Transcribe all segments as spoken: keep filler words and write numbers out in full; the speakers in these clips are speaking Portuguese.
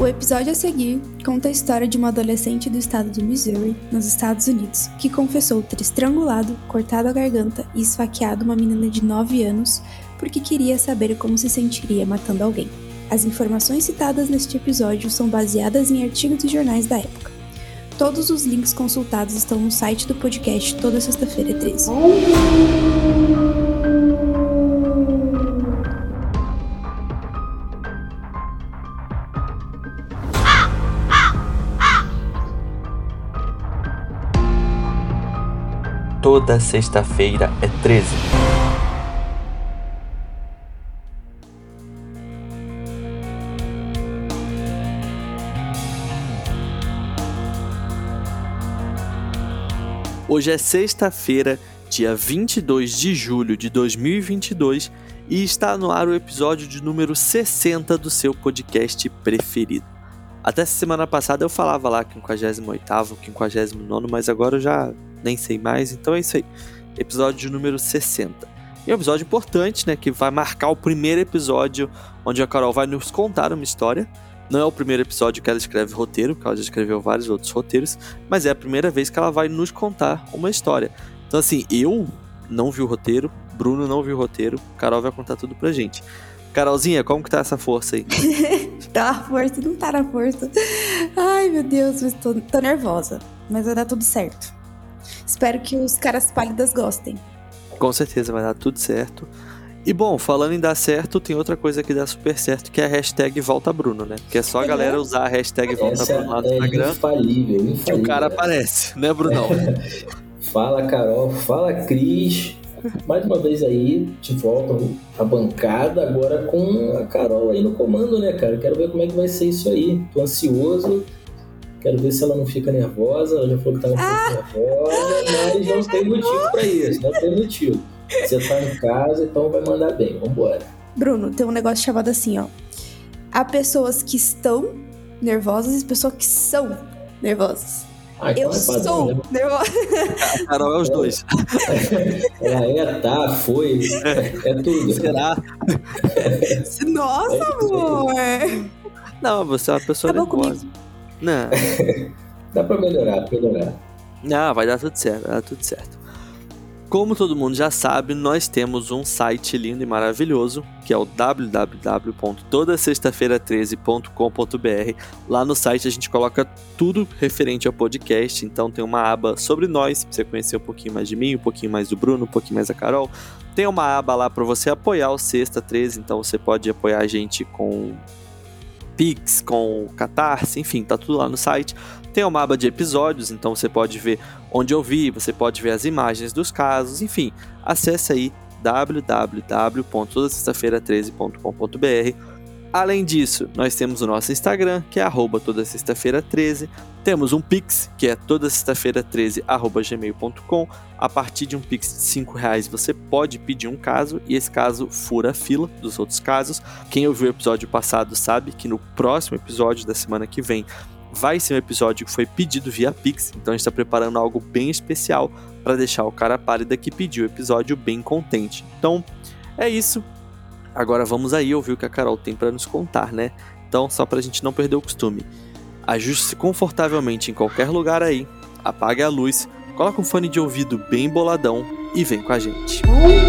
O episódio a seguir conta a história de uma adolescente do estado do Missouri, nos Estados Unidos, que confessou ter estrangulado, cortado a garganta e esfaqueado uma menina de nove anos porque queria saber como se sentiria matando alguém. As informações citadas neste episódio são baseadas em artigos de jornais da época. Todos os links consultados estão no site do podcast toda sexta-feira treze. Toda sexta-feira é treze. Hoje é sexta-feira, dia vinte e dois de julho de dois mil e vinte e dois, e está no ar o episódio de número sessenta do seu podcast preferido. Até semana passada eu falava lá quinquagésimo oitavo, quinquagésimo nono, mas agora eu já nem sei mais, então é isso aí. Episódio de número sessenta. E é um episódio importante, né, que vai marcar o primeiro episódio onde a Carol vai nos contar uma história. Não é o primeiro episódio que ela escreve roteiro, porque ela já escreveu vários outros roteiros, mas é a primeira vez que ela vai nos contar uma história. Então assim, eu não vi o roteiro, Bruno não viu o roteiro, Carol vai contar tudo pra gente. Carolzinha, como que tá essa força aí? Tá na força, não tá na força. Ai, meu Deus, mas tô, tô nervosa. Mas vai dar tudo certo. Espero que os caras pálidas gostem. Com certeza vai dar tudo certo. E bom, falando em dar certo, tem outra coisa que dá super certo, que é a hashtag Volta Bruno, né? Que é só a galera usar a hashtag Volta Essa Bruno lá no é Instagram. infalível, infalível. Que o cara aparece, né, Brunão? Fala, Carol. Fala, Cris. Mais uma vez aí, de volta à bancada, agora com a Carol aí no comando, né, cara? Quero ver como é que vai ser isso aí. Tô ansioso. Quero ver se ela não fica nervosa. Ela já falou que tá um ah! pouco nervosa, mas não tem motivo pra isso. Não tem motivo. Você tá em casa, então vai mandar bem. Vambora. Bruno, tem um negócio chamado assim, ó. Há pessoas que estão nervosas e pessoas que são nervosas. Ah, então eu é padrão, sou né? nervosa. A Carol é os dois. Ela é, tá, foi. É tudo. Será? Nossa, É amor. Não, você é uma pessoa Acabou nervosa. comigo. Não. Dá pra melhorar, melhorar. Não, vai dar tudo certo, vai dar tudo certo. Como todo mundo já sabe, nós temos um site lindo e maravilhoso, que é o w w w ponto toda sexta-feira treze ponto com ponto b r. Lá no site a gente coloca tudo referente ao podcast, então tem uma aba sobre nós, pra você conhecer um pouquinho mais de mim, um pouquinho mais do Bruno, um pouquinho mais da Carol. Tem uma aba lá para você apoiar o Sexta treze, então você pode apoiar a gente com Pix, com Catarse, enfim, tá tudo lá no site. Tem uma aba de episódios, então você pode ver onde ouvir, você pode ver as imagens dos casos, enfim, acesse aí w w w ponto toda sexta-feira treze ponto com ponto b r. Além disso, nós temos o nosso Instagram, que é arroba toda sexta-feira treze. Temos um Pix, que é toda sexta-feira treze arroba gmail ponto com. A partir de um Pix de cinco reais você pode pedir um caso, e esse caso fura a fila dos outros casos. Quem ouviu o episódio passado sabe que no próximo episódio da semana que vem vai ser um episódio que foi pedido via Pix, então a gente está preparando algo bem especial para deixar o cara pálido que pediu o episódio bem contente. Então é isso. Agora vamos aí ouvir o que a Carol tem para nos contar, né? Então, só pra gente não perder o costume, ajuste-se confortavelmente em qualquer lugar aí, apague a luz, coloque um fone de ouvido bem boladão e vem com a gente.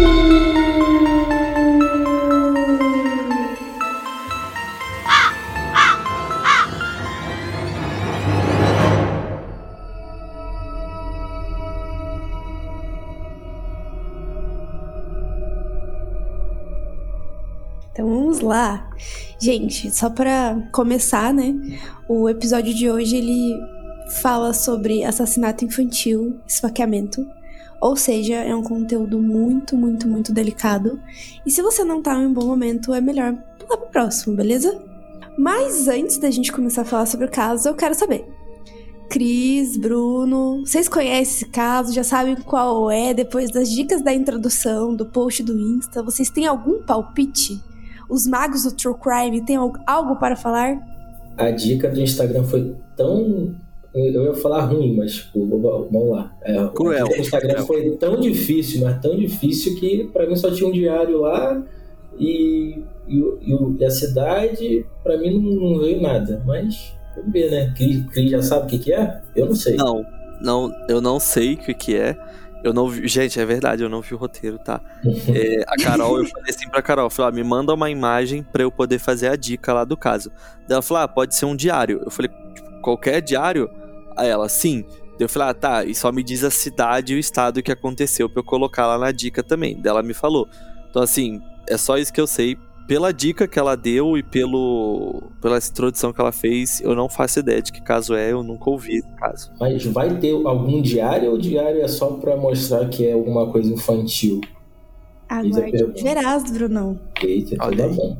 Então vamos lá. Gente, só pra começar, né? O episódio de hoje, ele fala sobre assassinato infantil, esfaqueamento. Ou seja, é um conteúdo muito, muito, muito delicado. E se você não tá em um bom momento, é melhor pular pro próximo, beleza? Mas antes da gente começar a falar sobre o caso, eu quero saber. Cris, Bruno, vocês conhecem esse caso? Já sabem qual é? Depois das dicas da introdução, do post do Insta, vocês têm algum palpite? Os magos do True Crime têm algo para falar? A dica do Instagram foi tão... Eu ia falar ruim, mas tipo, vamos lá. É, Cruel. A dica do Instagram foi tão difícil, mas tão difícil que pra mim só tinha um diário lá e, e, e, e a cidade, pra mim, não, não veio nada. Mas, vamos ver, né? Cris, Cris já sabe o que, que é? Eu não sei. Não, não, eu não sei o que, que é. Eu não vi, gente, é verdade, eu não vi o roteiro, tá? É, a Carol, eu falei assim pra Carol, eu falei, ah, me manda uma imagem pra eu poder fazer a dica lá do caso. Daí ela falou, ah, pode ser um diário. Eu falei, tipo, qualquer diário? Aí ela, sim. Daí eu falei, ah, tá, e só me diz a cidade e o estado que aconteceu pra eu colocar lá na dica também. Daí ela me falou. Então, assim, é só isso que eu sei. Pela dica que ela deu e pelo, pela introdução que ela fez, eu não faço ideia de que caso é, eu nunca ouvi esse caso. Mas vai ter algum diário ou o diário é só pra mostrar que é alguma coisa infantil? Aguarde verás, Brunão. Eita, tudo tá bom.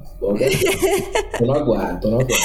Tô no aguardo, tô no aguardo.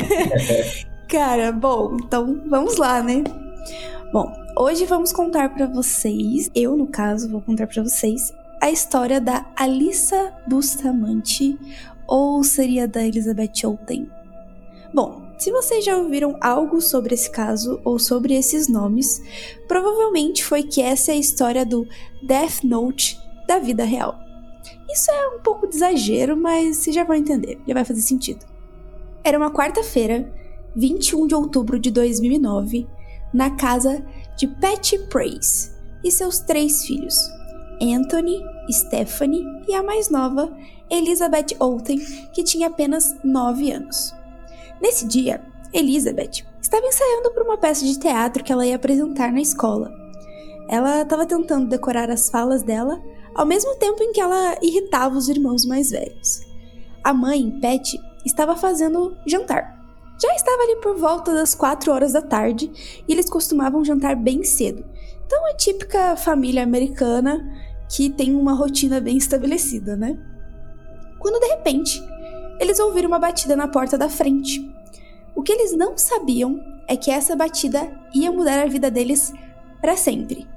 Cara, bom, então vamos lá, né? Bom, hoje vamos contar pra vocês, eu no caso vou contar pra vocês, a história da Alyssa Bustamante, ou seria da Elizabeth Olten. Bom, se vocês já ouviram algo sobre esse caso ou sobre esses nomes, provavelmente foi que essa é a história do Death Note da vida real. Isso é um pouco de exagero, mas vocês já vão entender, já vai fazer sentido. Era uma quarta-feira, vinte e um de outubro de dois mil e nove, na casa de Patty Price e seus três filhos, Anthony, Stephanie e a mais nova, Elizabeth Olten, que tinha apenas nove anos. Nesse dia, Elizabeth estava ensaiando para uma peça de teatro que ela ia apresentar na escola. Ela estava tentando decorar as falas dela, ao mesmo tempo em que ela irritava os irmãos mais velhos. A mãe, Patty, estava fazendo jantar. Já estava ali por volta das quatro horas da tarde e eles costumavam jantar bem cedo. Então, a típica família americana que tem uma rotina bem estabelecida, né? Quando, de repente, eles ouviram uma batida na porta da frente. O que eles não sabiam é que essa batida ia mudar a vida deles para sempre.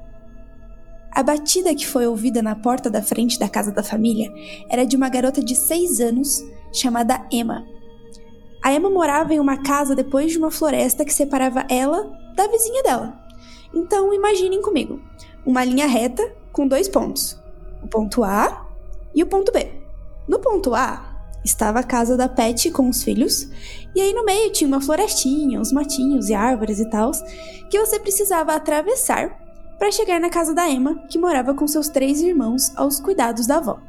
A batida que foi ouvida na porta da frente da casa da família era de uma garota de seis anos chamada Emma. A Emma morava em uma casa depois de uma floresta que separava ela da vizinha dela. Então, imaginem comigo, uma linha reta com dois pontos, o ponto A e o ponto B. No ponto A estava a casa da Patty com os filhos, e aí no meio tinha uma florestinha, uns matinhos e árvores e tal, que você precisava atravessar para chegar na casa da Emma, que morava com seus três irmãos aos cuidados da avó.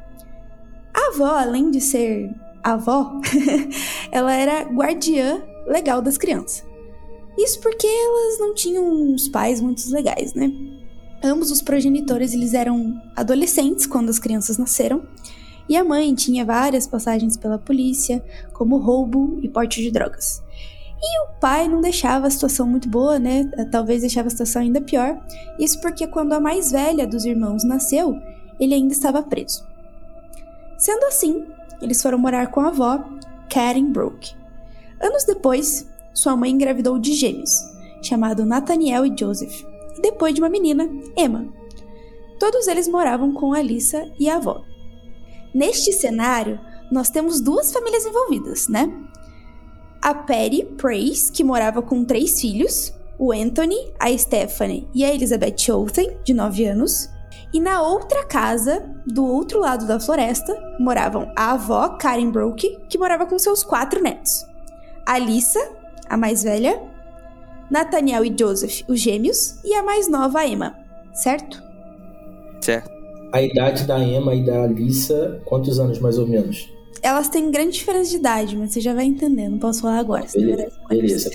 A avó, além de ser avó, ela era guardiã legal das crianças. Isso porque elas não tinham uns pais muito legais, né? Ambos os progenitores, eles eram adolescentes quando as crianças nasceram, e a mãe tinha várias passagens pela polícia, como roubo e porte de drogas. E o pai não deixava a situação muito boa, né? Talvez deixava a situação ainda pior. Isso porque quando a mais velha dos irmãos nasceu, ele ainda estava preso. Sendo assim, eles foram morar com a avó, Karen Brooke. Anos depois, sua mãe engravidou de gêmeos, chamados Nathaniel e Joseph, e depois de uma menina, Emma. Todos eles moravam com a Alyssa e a avó. Neste cenário, nós temos duas famílias envolvidas, né? A Patty Price, que morava com três filhos, o Anthony, a Stephanie e a Elizabeth Olten, de nove anos. E na outra casa, do outro lado da floresta, moravam a avó, Karen Brooke, que morava com seus quatro netos. A Alyssa, a mais velha, Nathaniel e Joseph, os gêmeos, e a mais nova, a Emma, certo? Certo. A idade da Emma e da Alyssa, quantos anos mais ou menos? Elas têm grande diferença de idade, mas você já vai entender, não posso falar agora. Beleza. beleza.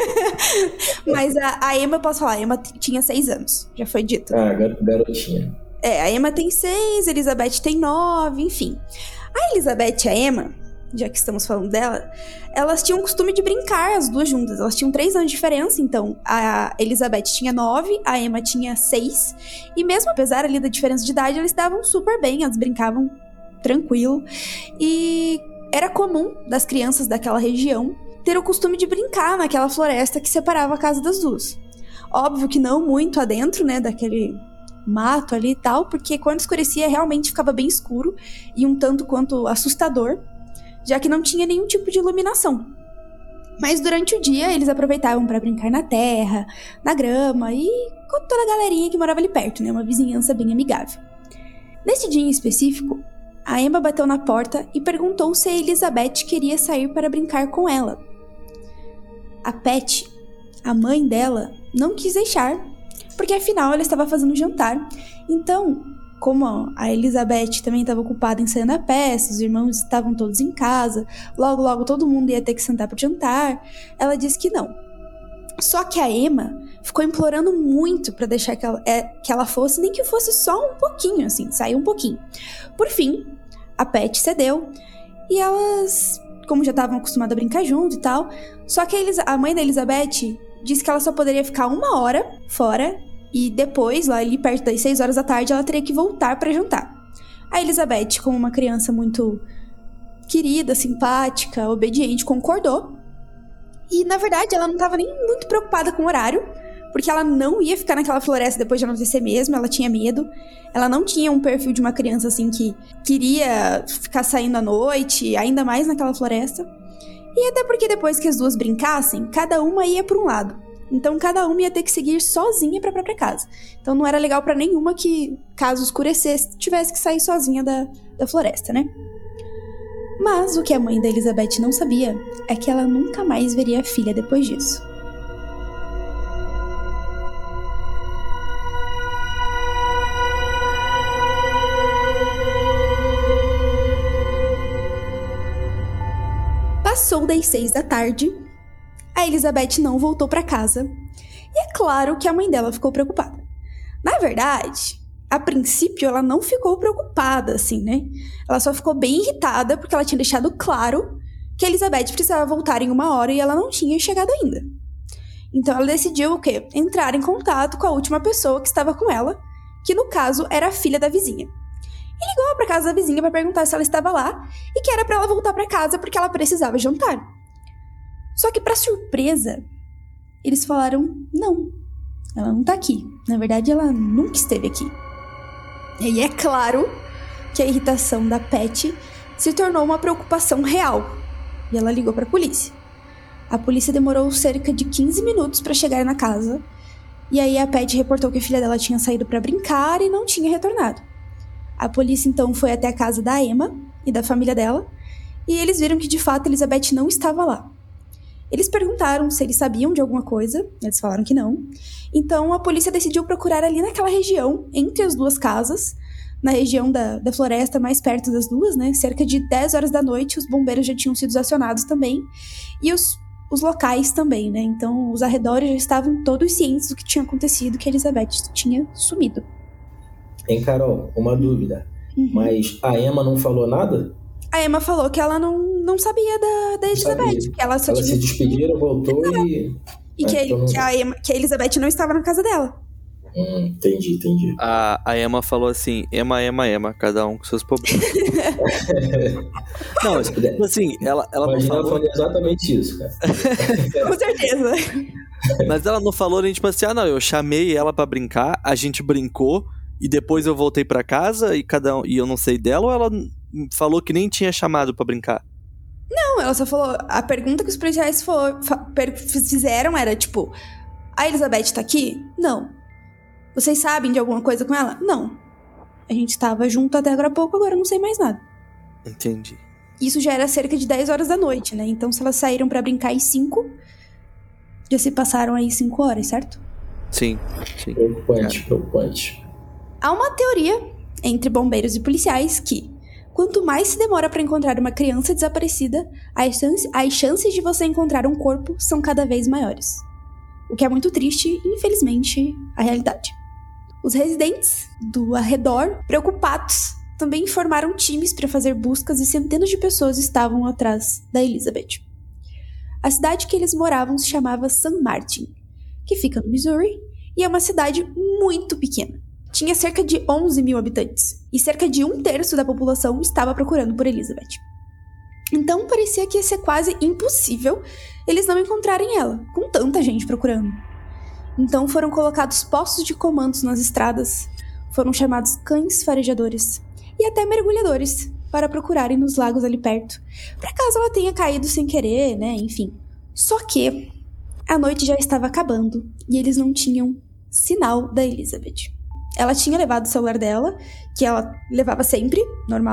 Mas a, a Emma, eu posso falar, a Emma t- tinha seis anos, já foi dito. Ah, gar- garotinha. É, a Emma tem seis, a Elizabeth tem nove, enfim. A Elizabeth e a Emma, já que estamos falando dela, elas tinham o costume de brincar as duas juntas. Elas tinham três anos de diferença, então a Elizabeth tinha nove, a Emma tinha seis. E mesmo apesar ali da diferença de idade, elas estavam super bem, elas brincavam tranquilo. E era comum das crianças daquela região ter o costume de brincar naquela floresta que separava a casa das duas. Óbvio que não muito adentro, né, daquele mato ali e tal, porque quando escurecia realmente ficava bem escuro e um tanto quanto assustador, já que não tinha nenhum tipo de iluminação. Mas durante o dia eles aproveitavam para brincar na terra, na grama e com toda a galerinha que morava ali perto, né, uma vizinhança bem amigável. Nesse dia em específico, a Emma bateu na porta e perguntou se a Elizabeth queria sair para brincar com ela. A Pat, a mãe dela, não quis deixar, porque afinal ela estava fazendo jantar. Então, como a Elizabeth também estava ocupada ensaiando a peça, os irmãos estavam todos em casa, logo logo todo mundo ia ter que sentar para o jantar, ela disse que não. Só que a Emma ficou implorando muito para deixar que ela, é, que ela fosse, nem que fosse só um pouquinho, assim, sair um pouquinho. Por fim, a Pat cedeu e elas, como já estavam acostumadas a brincar junto e tal, só que a, Elis- a mãe da Elizabeth disse que ela só poderia ficar uma hora fora e depois, lá ali perto das seis horas da tarde, ela teria que voltar para jantar. A Elizabeth, como uma criança muito querida, simpática, obediente, concordou. E, na verdade, ela não estava nem muito preocupada com o horário, porque ela não ia ficar naquela floresta depois de anoitecer mesmo, ela tinha medo. Ela não tinha um perfil de uma criança, assim, que queria ficar saindo à noite, ainda mais naquela floresta. E até porque depois que as duas brincassem, cada uma ia para um lado. Então, cada uma ia ter que seguir sozinha para a própria casa. Então, não era legal para nenhuma que, caso escurecesse, tivesse que sair sozinha da, da floresta, né? Mas o que a mãe da Elizabeth não sabia é que ela nunca mais veria a filha depois disso. Passou das seis da tarde, a Elizabeth não voltou para casa e é claro que a mãe dela ficou preocupada. Na verdade, a princípio ela não ficou preocupada, assim, né? Ela só ficou bem irritada porque ela tinha deixado claro que a Elizabeth precisava voltar em uma hora e ela não tinha chegado ainda. Então ela decidiu o quê? Entrar em contato com a última pessoa que estava com ela, que no caso era a filha da vizinha. E ligou para casa da vizinha para perguntar se ela estava lá e que era para ela voltar para casa porque ela precisava jantar. Só que, para surpresa, eles falaram, não, ela não tá aqui. Na verdade, ela nunca esteve aqui. E aí é claro que a irritação da Pat se tornou uma preocupação real. E ela ligou para a polícia. A polícia demorou cerca de quinze minutos para chegar na casa. E aí a Pat reportou que a filha dela tinha saído para brincar e não tinha retornado. A polícia então foi até a casa da Emma e da família dela. E eles viram que de fato Elizabeth não estava lá. Eles perguntaram se eles sabiam de alguma coisa, eles falaram que não. Então a polícia decidiu procurar ali naquela região, entre as duas casas, na região da, da floresta mais perto das duas, né? Cerca de dez horas da noite, os bombeiros já tinham sido acionados também. E os, os locais também, né? Então os arredores já estavam todos cientes do que tinha acontecido, que a Elizabeth tinha sumido. Hein, Carol, uma dúvida. Uhum. Mas a Emma não falou nada? A Emma falou que ela não, não sabia da, da Elizabeth. Que ela só Elas tinha... se despediram, voltou é. e... E que, ah, a, então não... que, a Emma, que a Elizabeth não estava na casa dela. Hum, entendi, entendi. A, a Emma falou assim, Emma, Emma, Emma, cada um com seus problemas. Não, assim, ela, ela não Imagina falou... ela falando exatamente isso, cara. Com certeza. Mas ela não falou nem tipo assim, ah não, eu chamei ela pra brincar, a gente brincou, e depois eu voltei pra casa e, cada um, e eu não sei dela, ou ela falou que nem tinha chamado pra brincar? Não, ela só falou... A pergunta que os policiais for, fa, per, fizeram era, tipo... A Elizabeth tá aqui? Não. Vocês sabem de alguma coisa com ela? Não. A gente tava junto até agora há pouco, agora eu não sei mais nada. Entendi. Isso já era cerca de dez horas da noite, né? Então, se elas saíram pra brincar às cinco, já se passaram aí cinco horas, certo? Sim, sim. Preocupante, é. preocupante. Há uma teoria entre bombeiros e policiais que, quanto mais se demora para encontrar uma criança desaparecida, as, chance, as chances de você encontrar um corpo são cada vez maiores. O que é muito triste e, infelizmente, a realidade. Os residentes do arredor, preocupados, também formaram times para fazer buscas e centenas de pessoas estavam atrás da Elizabeth. A cidade que eles moravam se chamava San Martin, que fica no Missouri, e é uma cidade muito pequena. Tinha cerca de onze mil habitantes, e cerca de um terço da população estava procurando por Elizabeth. Então parecia que ia ser quase impossível eles não encontrarem ela, com tanta gente procurando. Então foram colocados postos de comandos nas estradas, foram chamados cães farejadores e até mergulhadores para procurarem nos lagos ali perto, para caso ela tenha caído sem querer, né, enfim. Só que a noite já estava acabando e eles não tinham sinal da Elizabeth. Ela tinha levado o celular dela, que ela levava sempre, normal,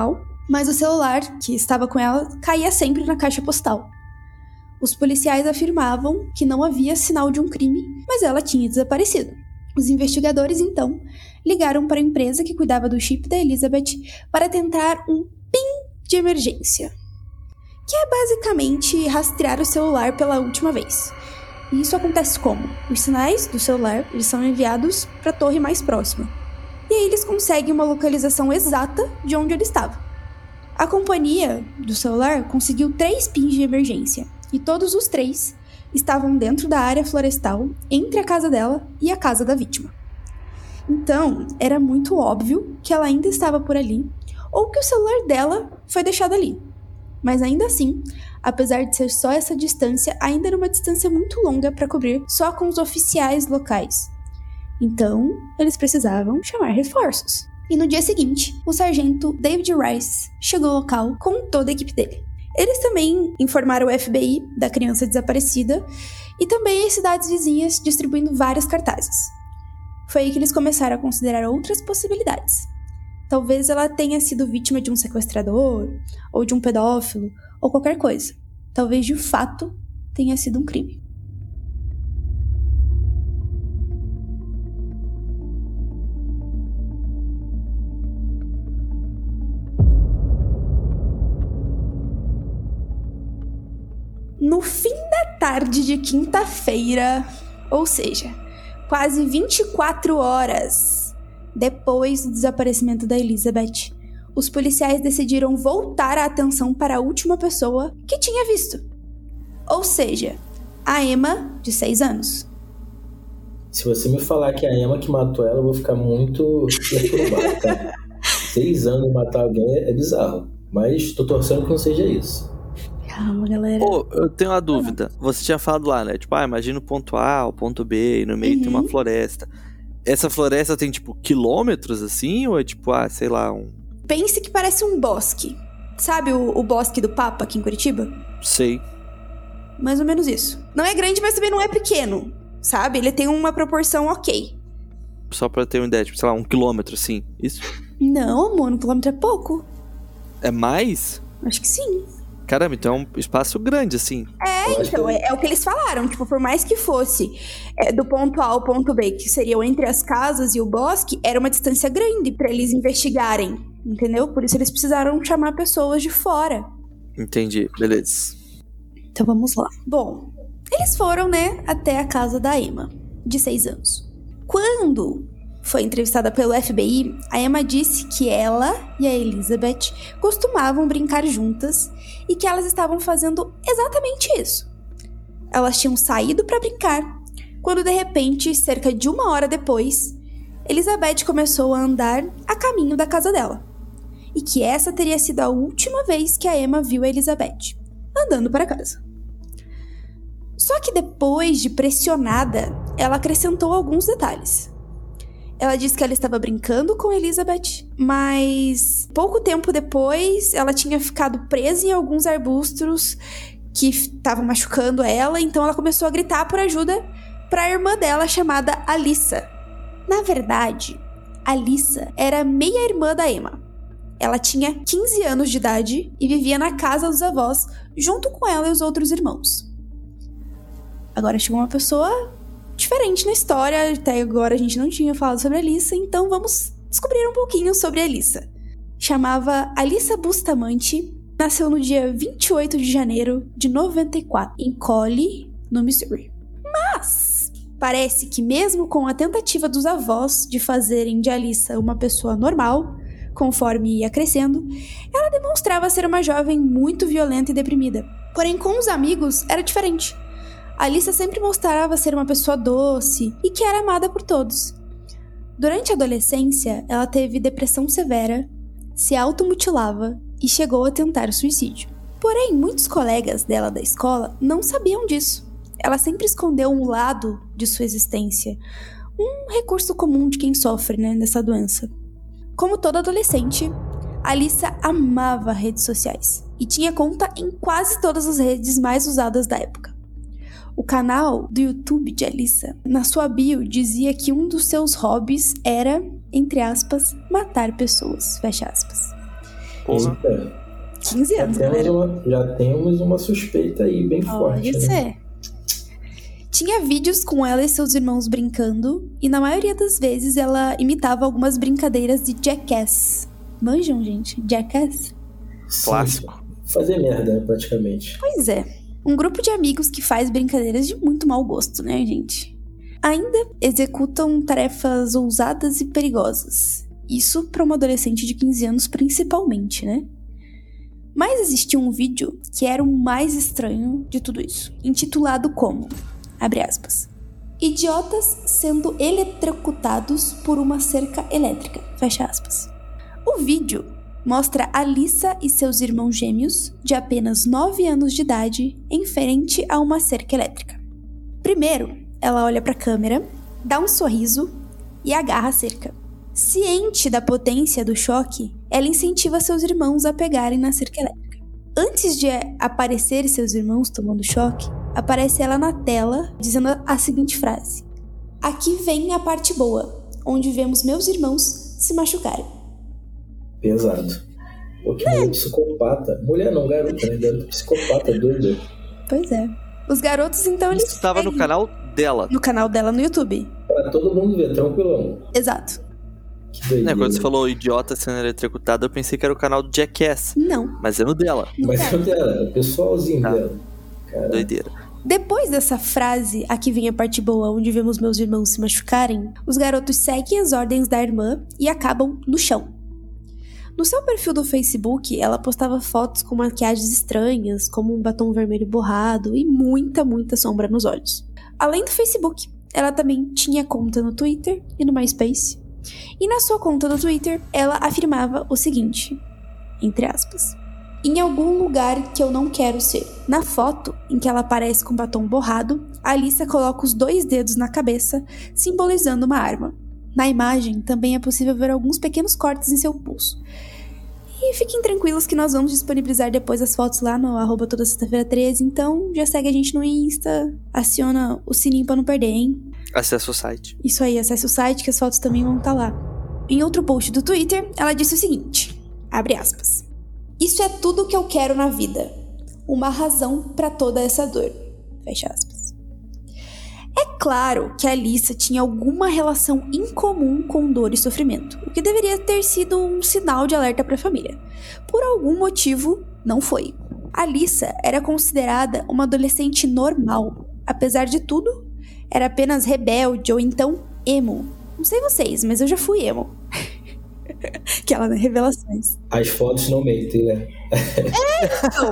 Mas o celular que estava com ela caía sempre na caixa postal. Os policiais afirmavam que não havia sinal de um crime, mas ela tinha desaparecido. Os investigadores, então, ligaram para a empresa que cuidava do chip da Elizabeth para tentar um PIN de emergência, que é basicamente rastrear o celular pela última vez. E isso acontece como? Os sinais do celular eles são enviados para a torre mais próxima. E aí eles conseguem uma localização exata de onde ele estava. A companhia do celular conseguiu três pins de emergência, e todos os três estavam dentro da área florestal entre a casa dela e a casa da vítima. Então, era muito óbvio que ela ainda estava por ali, ou que o celular dela foi deixado ali. Mas ainda assim, apesar de ser só essa distância, ainda era uma distância muito longa para cobrir só com os oficiais locais. Então, eles precisavam chamar reforços. E no dia seguinte, o sargento David Rice chegou ao local com toda a equipe dele. Eles também informaram o F B I da criança desaparecida e também as cidades vizinhas, distribuindo vários cartazes. Foi aí que eles começaram a considerar outras possibilidades. Talvez ela tenha sido vítima de um sequestrador, ou de um pedófilo, ou qualquer coisa. Talvez de fato tenha sido um crime. No fim da tarde de quinta-feira, ou seja, quase vinte e quatro horas depois do desaparecimento da Elizabeth, os policiais decidiram voltar a atenção para a última pessoa que tinha visto. Ou seja, a Emma, de seis anos. Se você me falar que é a Emma que matou ela, eu vou ficar muito perturbado, tá? Seis anos matar alguém é bizarro, mas tô torcendo que não seja isso. Calma, galera. Pô, oh, eu tenho uma dúvida. Você tinha falado lá, né? Tipo, ah, imagina o ponto A, o ponto B, e no meio uhum. tem uma floresta. Essa floresta tem, tipo, quilômetros, assim? Ou é, tipo, ah, sei lá, um... Pense que parece um bosque. Sabe o, o bosque do Papa, aqui em Curitiba? Sei. Mais ou menos isso. Não é grande, mas também não é pequeno, sabe? Ele tem uma proporção ok. Só pra ter uma ideia, tipo, sei lá, um quilômetro, assim, isso? Não, amor, um quilômetro é pouco. É mais? Acho que sim. Caramba, então é um espaço grande, assim. É, então, é, é o que eles falaram. Tipo, por mais que fosse é, do ponto A ao ponto B, que seriam entre as casas e o bosque, era uma distância grande pra eles investigarem, entendeu? Por isso eles precisaram chamar pessoas de fora. Entendi, beleza. Então vamos lá. Bom, eles foram, né, até a casa da Emma, de seis anos. Quando foi entrevistada pelo F B I, a Emma disse que ela e a Elizabeth costumavam brincar juntas e que elas estavam fazendo exatamente isso. Elas tinham saído para brincar, quando de repente, cerca de uma hora depois, Elizabeth começou a andar a caminho da casa dela. E que essa teria sido a última vez que a Emma viu a Elizabeth, andando para casa. Só que depois de pressionada, ela acrescentou alguns detalhes. Ela disse que ela estava brincando com Elizabeth, mas pouco tempo depois ela tinha ficado presa em alguns arbustos que estavam machucando ela, então ela começou a gritar por ajuda para a irmã dela chamada Alyssa. Na verdade, Alyssa era meia-irmã da Emma. Ela tinha quinze anos de idade e vivia na casa dos avós junto com ela e os outros irmãos. Agora chegou uma pessoa diferente na história, até agora a gente não tinha falado sobre a Alyssa, então vamos descobrir um pouquinho sobre a Alyssa. Chamava Alyssa Bustamante, nasceu no dia vinte e oito de janeiro de noventa e quatro, em Collie, no Missouri. Mas parece que mesmo com a tentativa dos avós de fazerem de Alyssa uma pessoa normal, conforme ia crescendo, ela demonstrava ser uma jovem muito violenta e deprimida. Porém, com os amigos era diferente. A Alyssa sempre mostrava ser uma pessoa doce e que era amada por todos. Durante a adolescência, ela teve depressão severa, se automutilava e chegou a tentar o suicídio. Porém, muitos colegas dela da escola não sabiam disso. Ela sempre escondeu um lado de sua existência, um recurso comum de quem sofre, né, dessa doença. Como toda adolescente, a Alyssa amava redes sociais e tinha conta em quase todas as redes mais usadas da época. O canal do YouTube de Alyssa, na sua bio, dizia que um dos seus hobbies era, entre aspas, matar pessoas, fecha aspas. Porra. Eita. quinze anos, já temos, galera. uma, já temos uma suspeita aí bem forte. Pode né? ser. Tinha vídeos com ela e seus irmãos brincando, e na maioria das vezes ela imitava algumas brincadeiras de Jackass. Manjam, gente? Jackass? Sim, Clássico. fazer merda, né, praticamente. Pois é. Um grupo de amigos que faz brincadeiras de muito mau gosto, né, gente? Ainda executam tarefas ousadas e perigosas. Isso para uma adolescente de quinze anos principalmente, né? Mas existia um vídeo que era o mais estranho de tudo isso, intitulado como, abre aspas, idiotas sendo eletrocutados por uma cerca elétrica, fecha aspas. O vídeo mostra Alyssa e seus irmãos gêmeos, de apenas nove anos de idade, em frente a uma cerca elétrica. Primeiro, ela olha para a câmera, dá um sorriso e agarra a cerca. Ciente da potência do choque, ela incentiva seus irmãos a pegarem na cerca elétrica. Antes de aparecer seus irmãos tomando choque, aparece ela na tela dizendo a seguinte frase: aqui vem a parte boa, onde vemos meus irmãos se machucarem. Pesado. Pô, que mulher psicopata. Mulher não, garota, né? Garota psicopata, doida. Pois é. Os garotos, então, eles... Isso estava no seguem canal dela. No canal dela no YouTube. Pra todo mundo ver, tranquilão. Exato. Que doideira. É, quando você falou idiota sendo eletrocutado, eu pensei que era o canal do Jackass. Não. Mas é no dela. Mas é o dela, o pessoalzinho Tá. dela. Cara, Doideira. Depois dessa frase, aqui vem a parte boa, onde vemos meus irmãos se machucarem, os garotos seguem as ordens da irmã e acabam no chão. No seu perfil do Facebook, ela postava fotos com maquiagens estranhas, como um batom vermelho borrado e muita, muita sombra nos olhos. Além do Facebook, ela também tinha conta no Twitter e no MySpace. E na sua conta do Twitter, ela afirmava o seguinte, entre aspas, em algum lugar que eu não quero ser. Na foto, em que ela aparece com batom borrado, a Alyssa coloca os dois dedos na cabeça, simbolizando uma arma. Na imagem, também é possível ver alguns pequenos cortes em seu pulso. E fiquem tranquilos que nós vamos disponibilizar depois as fotos lá no arroba toda sexta-feira treze, então já segue a gente no Insta, aciona o sininho pra não perder, hein? Acesse o site. Isso aí, acesse o site que as fotos também vão estar lá. Em outro post do Twitter, ela disse o seguinte, abre aspas, isso é tudo que eu quero na vida, uma razão pra toda essa dor, fecha aspas. É claro que a Alyssa tinha alguma relação incomum com dor e sofrimento, o que deveria ter sido um sinal de alerta para a família. Por algum motivo, não foi. A Alyssa era considerada uma adolescente normal. Apesar de tudo, era apenas rebelde ou então emo. Não sei vocês, mas eu já fui emo. Aquela, né? Revelações. as fotos não mentem, né? É, então...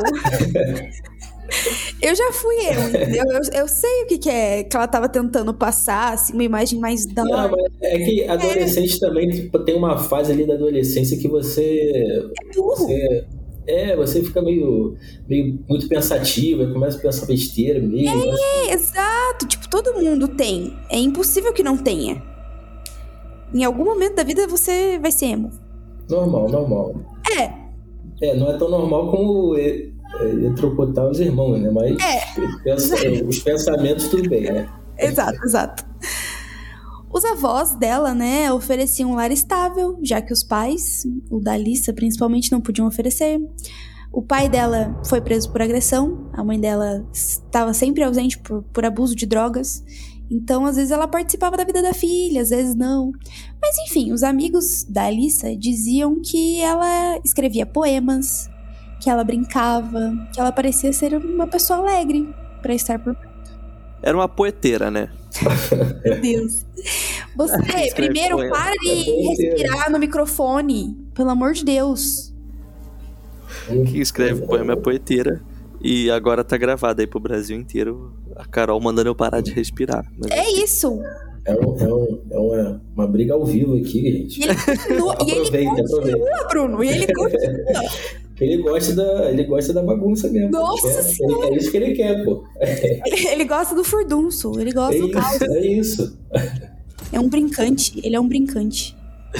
Eu já fui eu, entendeu? Eu, eu sei o que, que é que ela tava tentando passar, assim, uma imagem mais da Não, hora. mas é que adolescente é. também tipo, tem uma fase ali da adolescência que você... É burro. Você, é, você fica meio, meio muito pensativa, começa a pensar besteira meio. É, né? exato. Tipo, todo mundo tem. É impossível que não tenha. Em algum momento da vida você vai ser emo. Normal, normal. É. É, não é tão normal como... eletrocutar os irmãos, né? Mas é. os pensamentos tudo bem, né? Exato, exato. Os avós dela, né, ofereciam um lar estável, já que os pais, o da Alyssa principalmente, não podiam oferecer. O pai dela foi preso por agressão, a mãe dela estava sempre ausente por, por abuso de drogas. Então, às vezes ela participava da vida da filha, às vezes não. Mas enfim, os amigos da Alyssa diziam que ela escrevia poemas, que ela brincava, que ela parecia ser uma pessoa alegre pra estar por perto. Era uma poeteira, né? Meu Deus. Você, primeiro, poema. Para de respirar no microfone. Pelo amor de Deus. Quem escreve poema é poeteira. E agora tá gravado aí pro Brasil inteiro. A Carol mandando eu parar de respirar. Mas... É isso. É, um, é, um, é uma, uma briga ao vivo aqui, gente. E ele continua, aproveita, e ele continua aproveita. Bruno. E ele continua. Ele gosta da, ele gosta da bagunça mesmo. Nossa é, senhora. É isso que ele quer, pô. Ele, ele gosta do furdunço. Ele gosta é do isso, caos. É isso. É um brincante. Ele é um brincante.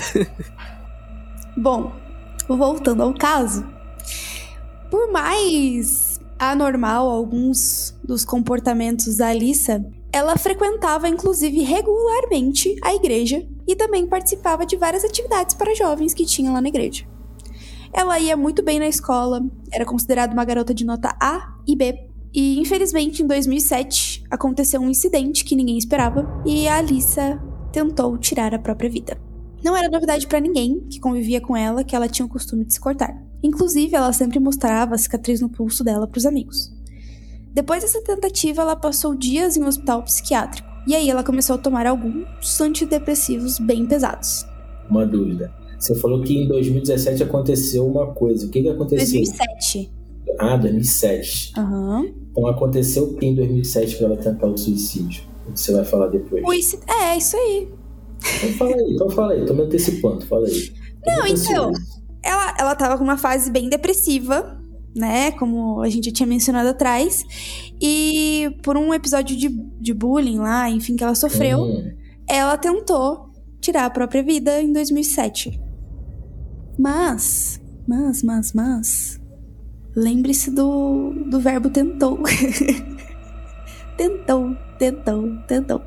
Bom, voltando ao caso. Por mais anormal alguns dos comportamentos da Alyssa, ela frequentava, inclusive, regularmente a igreja e também participava de várias atividades para jovens que tinham lá na igreja. Ela ia muito bem na escola, era considerada uma garota de nota A e B. E, infelizmente, em dois mil e sete, aconteceu um incidente que ninguém esperava e a Alyssa tentou tirar a própria vida. Não era novidade pra ninguém que convivia com ela que ela tinha o costume de se cortar. Inclusive, ela sempre mostrava a cicatriz no pulso dela pros amigos. Depois dessa tentativa, ela passou dias em um hospital psiquiátrico. E aí ela começou a tomar alguns antidepressivos bem pesados. Uma dúvida. Você falou que em dois mil e dezessete aconteceu uma coisa. O que que aconteceu? dois mil e sete. Ah, dois mil e sete. Aham. Uhum. Então aconteceu o que em dois mil e sete pra ela tentar o suicídio? Você vai falar depois. O ici... É, isso aí. Então fala aí, então fala aí. Tô me antecipando, fala aí. Não, então... Ela, ela tava com uma fase bem depressiva, né? Como a gente já tinha mencionado atrás. E por um episódio de, de bullying lá, enfim, que ela sofreu, hum. ela tentou tirar a própria vida em dois mil e sete. Mas, mas, mas, mas... Lembre-se do, do verbo tentou. tentou, tentou, tentou.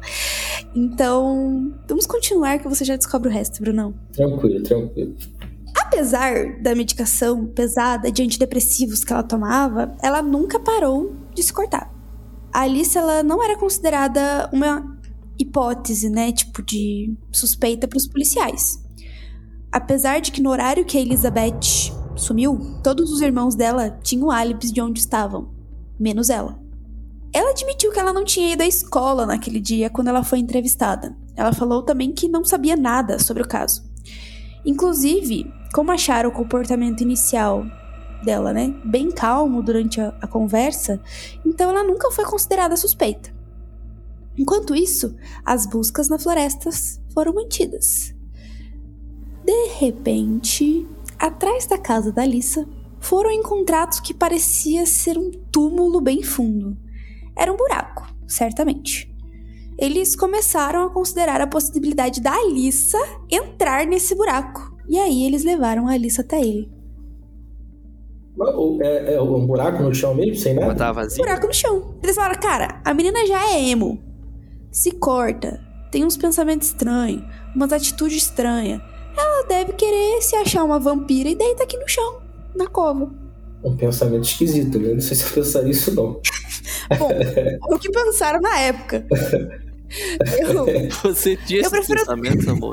Então, vamos continuar que você já descobre o resto, Brunão. Tranquilo, tranquilo. Apesar da medicação pesada de antidepressivos que ela tomava, ela nunca parou de se cortar. A Alyssa, ela não era considerada uma hipótese, né, tipo de suspeita para os policiais. Apesar de que no horário que a Elizabeth sumiu, todos os irmãos dela tinham álibis de onde estavam, menos ela. Ela admitiu que ela não tinha ido à escola naquele dia quando ela foi entrevistada. Ela falou também que não sabia nada sobre o caso. Inclusive, como acharam o comportamento inicial dela, né, bem calmo durante a, a conversa, então ela nunca foi considerada suspeita. Enquanto isso, as buscas na floresta foram mantidas. De repente, atrás da casa da Alyssa, foram encontrados o que parecia ser um túmulo bem fundo. Era um buraco, certamente. Eles começaram a considerar a possibilidade da Alyssa entrar nesse buraco. E aí eles levaram a Alyssa até ele. É, é um buraco no chão mesmo, sem nada? Tava vazio. Um buraco no chão. Eles falaram, cara, a menina já é emo. Se corta, tem uns pensamentos estranhos, umas atitudes estranhas. Ela deve querer se achar uma vampira e deita aqui no chão, na cova. Um pensamento esquisito, né? Não sei se eu pensaria isso, não. Bom, o que pensaram na época? Eu, você tinha esses prefiro... pensamentos, amor?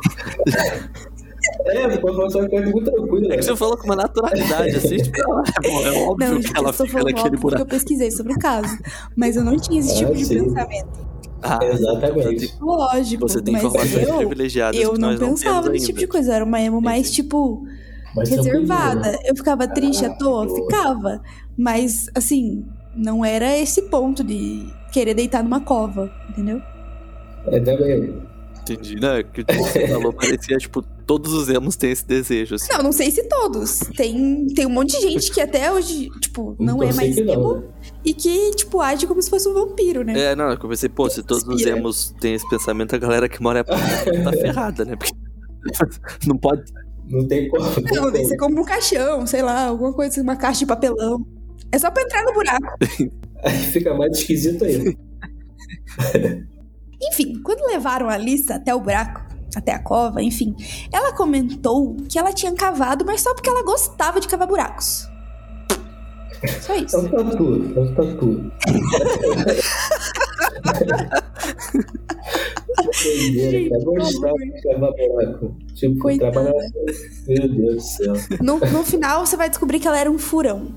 É, pode falar uma coisa muito tranquila. É que você falou com uma naturalidade, assim, tipo, é óbvio não, que ela fica naquele buraco. Eu pesquisei sobre o caso, mas eu não tinha esse tipo ah, de sim. pensamento. Ah, exatamente. Lógico. Você tem informações eu, privilegiadas eu que não nós não pensava nesse tipo de coisa. Eu era uma emo mais, tipo, mais reservada. Né? Eu ficava triste ah, à toa? Boa. Ficava. Mas, assim, não era esse ponto de querer deitar numa cova, entendeu? É, também. Entendi, né? Que você falou, parecia, tipo, todos os emos têm esse desejo, assim. Não, não sei se todos. Tem, tem um monte de gente que até hoje, tipo, não, não é mais emo né? e que, tipo, age como se fosse um vampiro, né? É, não, eu pensei, pô, se todos os emos têm esse pensamento, a galera que mora tá ferrada, né? Porque não pode... Não tem como. Não, não daí você compra um caixão, sei lá, alguma coisa, uma caixa de papelão. É só pra entrar no buraco. Aí fica mais esquisito aí. Enfim, quando levaram a Alyssa até o buraco, até a cova, enfim, ela comentou que ela tinha cavado, mas só porque ela gostava de cavar buracos. Só isso. É um tatu, é um tatu. Que doideira, cara. Gostava de cavar buraco. Tipo, coitada. Trabalhar... Meu Deus do céu. No, no final, você vai descobrir que ela era um furão.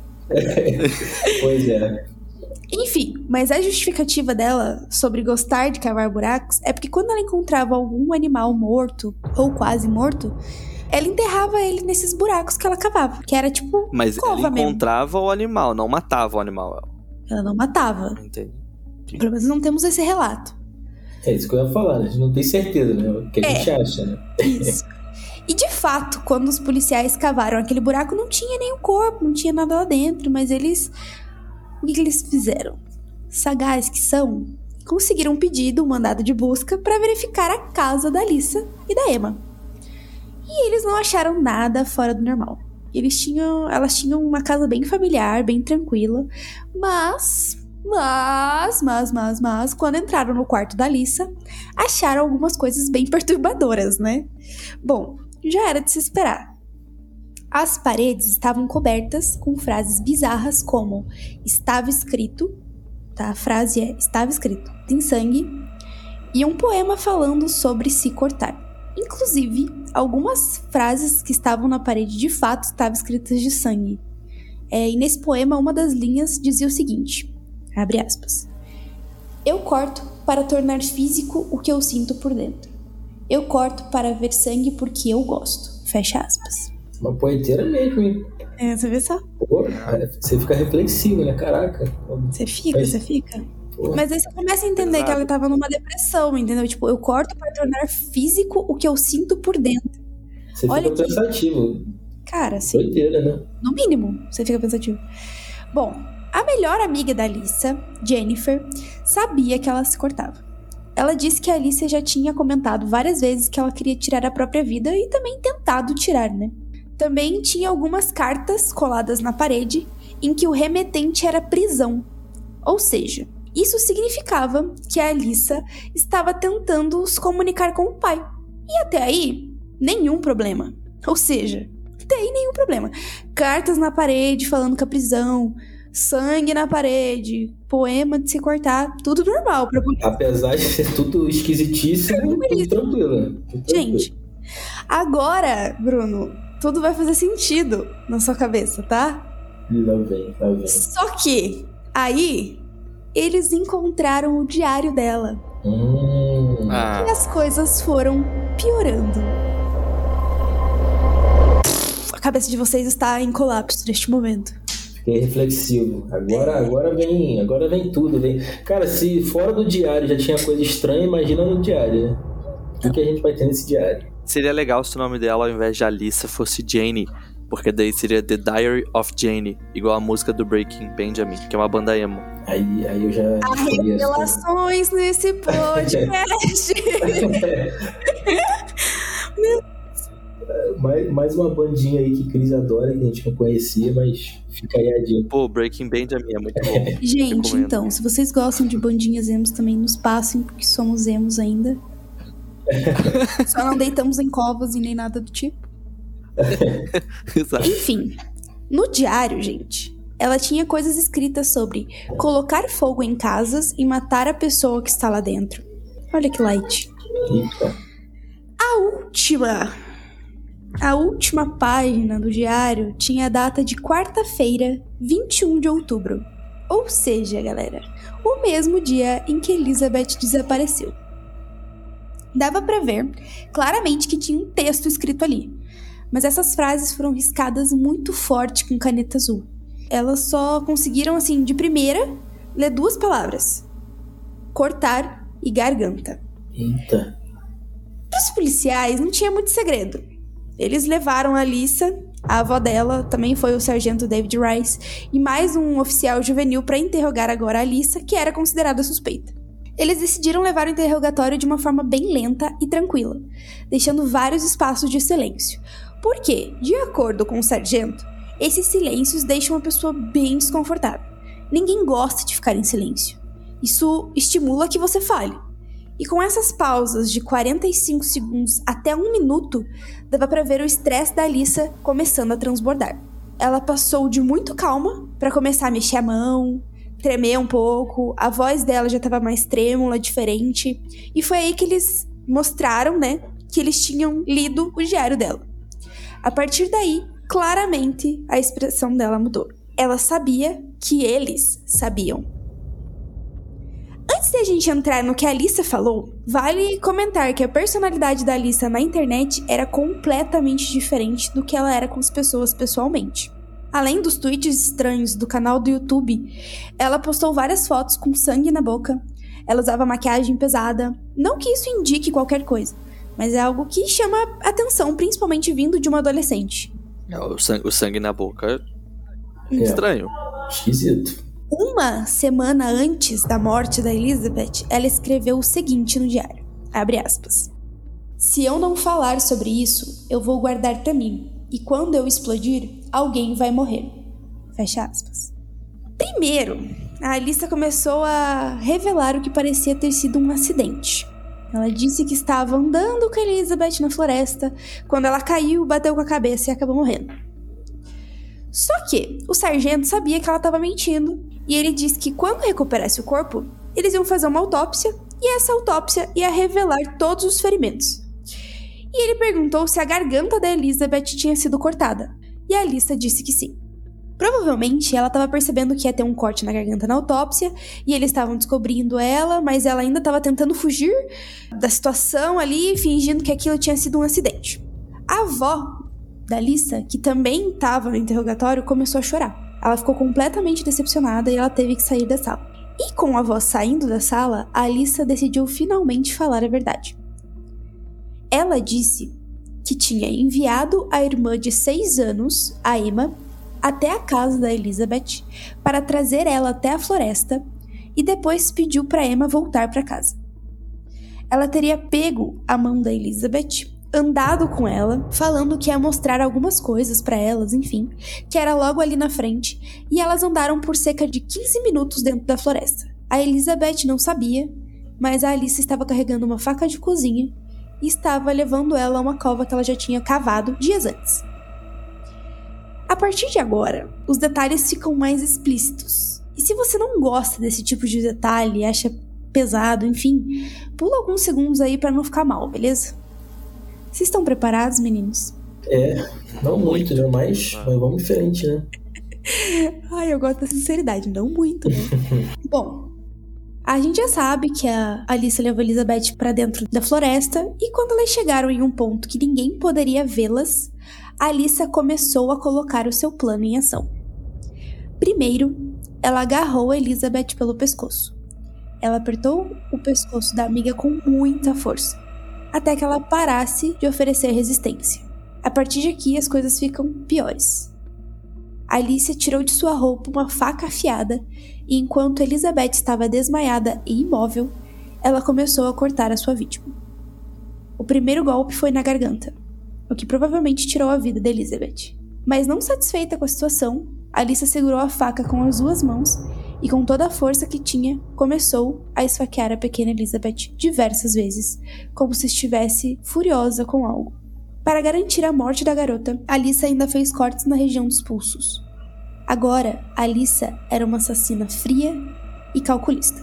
Pois é. Enfim, mas a justificativa dela sobre gostar de cavar buracos é porque quando ela encontrava algum animal morto, ou quase morto, ela enterrava ele nesses buracos que ela cavava, que era tipo mas cova ela encontrava mesmo. O animal, não matava o animal. Ela não matava. Entendi. Pelo menos não temos esse relato. É isso que eu ia falar, a gente não tem certeza, né? O que a é, gente acha, né? Isso. E de fato, quando os policiais cavaram aquele buraco, não tinha nenhum corpo, não tinha nada lá dentro, mas eles... O que, que eles fizeram? Sagazes que são, conseguiram um pedido, um mandado de busca para verificar a casa da Alyssa e da Emma. E eles não acharam nada fora do normal. Eles tinham, elas tinham uma casa bem familiar, bem tranquila, mas, mas, mas, mas, mas, quando entraram no quarto da Alyssa, acharam algumas coisas bem perturbadoras, né? Bom, já era de se esperar. As paredes estavam cobertas com frases bizarras como estava escrito, tá? A frase é estava escrito, tem sangue, e um poema falando sobre se cortar. Inclusive, algumas frases que estavam na parede de fato estavam escritas de sangue. É, e nesse poema, uma das linhas dizia o seguinte, abre aspas, eu corto para tornar físico o que eu sinto por dentro. Eu corto para ver sangue porque eu gosto, fecha aspas. Uma poeteira mesmo, hein? É, você vê só. Pô, você fica reflexivo, né? Caraca. Você fica, Mas, você fica. pô. Mas aí você começa a entender Exato. que ela tava numa depressão, entendeu? Tipo, eu corto para tornar físico o que eu sinto por dentro. Você Olha fica aqui. pensativo. Cara, assim, Poeteira, né? no mínimo, você fica pensativo. Bom, a melhor amiga da Alissa, Jennifer, sabia que ela se cortava. Ela disse que a Alissa já tinha comentado várias vezes que ela queria tirar a própria vida e também tentado tirar, né? Também tinha algumas cartas coladas na parede em que o remetente era prisão. Ou seja, isso significava que a Alissa estava tentando se comunicar com o pai. E até aí, nenhum problema. Ou seja, até aí nenhum problema. Cartas na parede falando com a prisão, sangue na parede, poema de se cortar, tudo normal. Pra... Apesar de ser tudo esquisitíssimo, tudo tranquilo. Tudo Gente, agora, Bruno, tudo vai fazer sentido na sua cabeça, tá? Lá vem, lá vem. Só que, aí, eles encontraram o diário dela. Hum. Ah, E as coisas foram piorando. A cabeça de vocês está em colapso neste momento. Fiquei reflexivo. Agora, agora vem, agora vem tudo, vem. Cara, se fora do diário já tinha coisa estranha, imagina no diário, né? O que a gente vai ter nesse diário? seria legal se o nome dela, ao invés de Alissa, fosse Jane, porque daí seria The Diary of Jane, igual a música do Breaking Benjamin, que é uma banda emo. Aí, aí eu já Há conheço. revelações nesse podcast. mais, mais uma bandinha aí que Cris adora, que a gente não conhecia, mas fica aí a dica. Pô, Breaking Benjamin é muito bom. Gente, Recomendo. então, se vocês gostam de bandinhas emos, também nos passem, porque somos emos ainda. Só não deitamos em covas e nem nada do tipo. Exato. Enfim, no diário, gente, ela tinha coisas escritas sobre colocar fogo em casas e matar a pessoa que está lá dentro. Olha que light. Eita. A última, a última página do diário tinha a data de quarta-feira, vinte e um de outubro. Ou seja, galera, o mesmo dia em que Elizabeth desapareceu. Dava pra ver claramente que tinha um texto escrito ali, mas essas frases foram riscadas muito forte com caneta azul. Elas só conseguiram, assim, de primeira, ler duas palavras: cortar e garganta. Eita. Para os policiais não tinha muito segredo. Eles levaram a Alissa, a avó dela, também foi o sargento David Rice, e mais um oficial juvenil para interrogar agora a Alissa, que era considerada suspeita. Eles decidiram levar o interrogatório de uma forma bem lenta e tranquila, deixando vários espaços de silêncio. Porque, de acordo com o sargento, esses silêncios deixam a pessoa bem desconfortável. Ninguém gosta de ficar em silêncio. Isso estimula que você fale. E com essas pausas de quarenta e cinco segundos até um minuto, dava pra ver o estresse da Alissa começando a transbordar. Ela passou de muito calma pra começar a mexer a mão, tremer um pouco, a voz dela já estava mais trêmula, diferente, e foi aí que eles mostraram, né, que eles tinham lido o diário dela. A partir daí, claramente, a expressão dela mudou. Ela sabia que eles sabiam. Antes de a gente entrar no que a Alissa falou, vale comentar que a personalidade da Alissa na internet era completamente diferente do que ela era com as pessoas pessoalmente. Além dos tweets estranhos do canal do YouTube, ela postou várias fotos com sangue na boca, ela usava maquiagem pesada. Não que isso indique qualquer coisa, mas é algo que chama atenção, principalmente vindo de uma adolescente. O sangue, o sangue na boca é É. estranho. Esquisito. Uma semana antes da morte da Elizabeth, ela escreveu o seguinte no diário, abre aspas: se eu não falar sobre isso, eu vou guardar pra mim, e quando eu explodir, alguém vai morrer. Fecha aspas. Primeiro, a Alissa começou a revelar o que parecia ter sido um acidente. Ela disse que estava andando com a Elizabeth na floresta, quando ela caiu, bateu com a cabeça e acabou morrendo. Só que o sargento sabia que ela estava mentindo e ele disse que quando recuperasse o corpo, eles iam fazer uma autópsia e essa autópsia ia revelar todos os ferimentos. E ele perguntou se a garganta da Elizabeth tinha sido cortada e a Alyssa disse que sim. Provavelmente ela estava percebendo que ia ter um corte na garganta na autópsia e eles estavam descobrindo ela, mas ela ainda estava tentando fugir da situação ali, fingindo que aquilo tinha sido um acidente. A avó da Alyssa, que também estava no interrogatório, começou a chorar. Ela ficou completamente decepcionada e ela teve que sair da sala. E com a avó saindo da sala, a Alyssa decidiu finalmente falar a verdade. Ela disse que tinha enviado a irmã de seis anos, a Emma, até a casa da Elizabeth para trazer ela até a floresta e depois pediu para Emma voltar para casa. Ela teria pego a mão da Elizabeth, andado com ela, falando que ia mostrar algumas coisas para elas, enfim, que era logo ali na frente, e elas andaram por cerca de quinze minutos dentro da floresta. A Elizabeth não sabia, mas a Alyssa estava carregando uma faca de cozinha e estava levando ela a uma cova que ela já tinha cavado dias antes. A partir de agora, os detalhes ficam mais explícitos. E se você não gosta desse tipo de detalhe, acha pesado, enfim, pula alguns segundos aí pra não ficar mal, beleza? Vocês estão preparados, meninos? É, não muito, né? Mas, mas vamos em frente, né? Ai, eu gosto da sinceridade, não muito, né? Bom, a gente já sabe que a Alyssa levou a Elizabeth pra dentro da floresta e quando elas chegaram em um ponto que ninguém poderia vê-las, a Alyssa começou a colocar o seu plano em ação. Primeiro, ela agarrou a Elizabeth pelo pescoço. Ela apertou o pescoço da amiga com muita força, até que ela parasse de oferecer resistência. A partir de aqui, as coisas ficam piores. A Alyssa tirou de sua roupa uma faca afiada e enquanto Elizabeth estava desmaiada e imóvel, ela começou a cortar a sua vítima. O primeiro golpe foi na garganta, o que provavelmente tirou a vida de Elizabeth. Mas não satisfeita com a situação, Alyssa segurou a faca com as duas mãos e com toda a força que tinha, começou a esfaquear a pequena Elizabeth diversas vezes, como se estivesse furiosa com algo. Para garantir a morte da garota, Alyssa ainda fez cortes na região dos pulsos. Agora, Alyssa era uma assassina fria e calculista.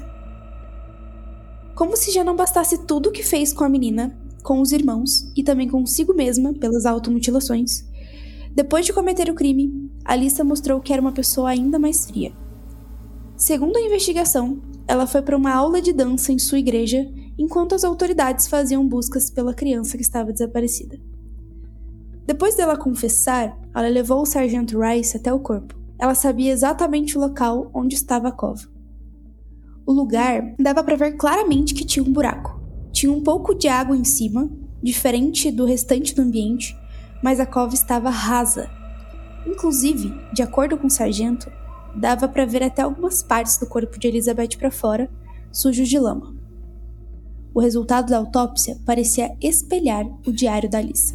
Como se já não bastasse tudo o que fez com a menina, com os irmãos e também consigo mesma pelas automutilações, depois de cometer o crime, Alyssa mostrou que era uma pessoa ainda mais fria. Segundo a investigação, ela foi para uma aula de dança em sua igreja enquanto as autoridades faziam buscas pela criança que estava desaparecida. Depois dela confessar, ela levou o sargento Rice até o corpo. Ela sabia exatamente o local onde estava a cova. O lugar dava para ver claramente que tinha um buraco. Tinha um pouco de água em cima, diferente do restante do ambiente, mas a cova estava rasa. Inclusive, de acordo com o sargento, dava para ver até algumas partes do corpo de Elizabeth para fora, sujos de lama. O resultado da autópsia parecia espelhar o diário da Alyssa.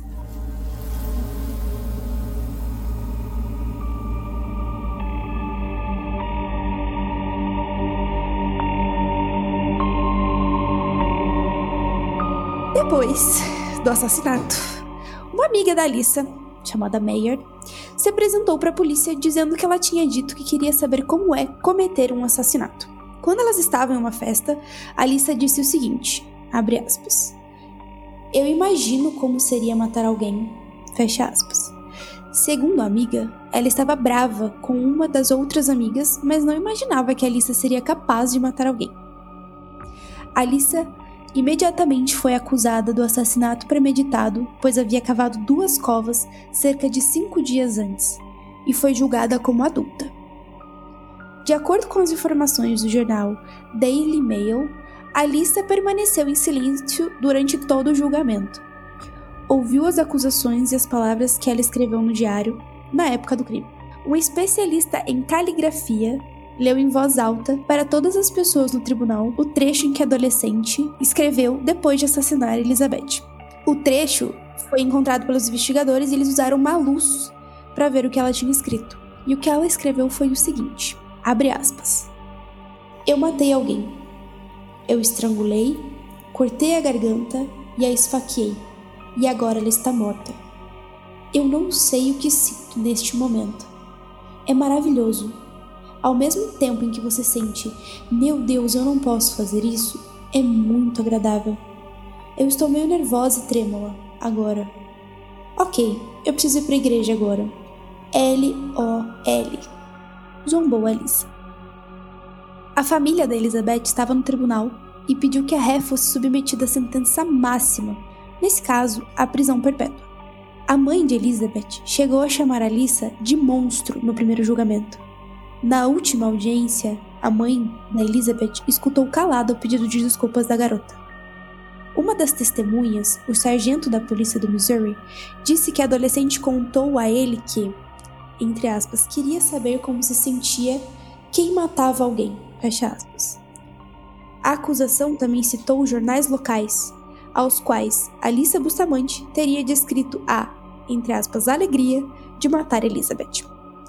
Depois do assassinato, uma amiga da Alyssa, chamada Meyer, se apresentou para a polícia dizendo que ela tinha dito que queria saber como é cometer um assassinato. Quando elas estavam em uma festa, Alyssa disse o seguinte, abre aspas, eu imagino como seria matar alguém, fecha aspas. Segundo a amiga, ela estava brava com uma das outras amigas, mas não imaginava que Alyssa seria capaz de matar alguém. Alyssa imediatamente foi acusada do assassinato premeditado, pois havia cavado duas covas cerca de cinco dias antes, e foi julgada como adulta. De acordo com as informações do jornal Daily Mail, Alyssa permaneceu em silêncio durante todo o julgamento. Ouviu as acusações e as palavras que ela escreveu no diário na época do crime. Um especialista em caligrafia leu em voz alta para todas as pessoas no tribunal o trecho em que a adolescente escreveu depois de assassinar Elizabeth. O trecho foi encontrado pelos investigadores e eles usaram uma luz para ver o que ela tinha escrito. E o que ela escreveu foi o seguinte, abre aspas, eu matei alguém. Eu estrangulei, cortei a garganta e a esfaqueei. E agora ela está morta. Eu não sei o que sinto neste momento, é maravilhoso. Ao mesmo tempo em que você sente, meu Deus, eu não posso fazer isso, é muito agradável. Eu estou meio nervosa e trêmula agora. Ok, eu preciso ir para a igreja agora. L O L. Zombou Alyssa. A família da Elizabeth estava no tribunal e pediu que a ré fosse submetida à sentença máxima, nesse caso, à prisão perpétua. A mãe de Elizabeth chegou a chamar Alyssa de monstro no primeiro julgamento. Na última audiência, a mãe da Elizabeth escutou calada o pedido de desculpas da garota. Uma das testemunhas, o sargento da polícia do Missouri, disse que a adolescente contou a ele que, entre aspas, queria saber como se sentia quem matava alguém, fecha aspas. A acusação também citou os jornais locais, aos quais Alyssa Bustamante teria descrito a, entre aspas, alegria de matar Elizabeth.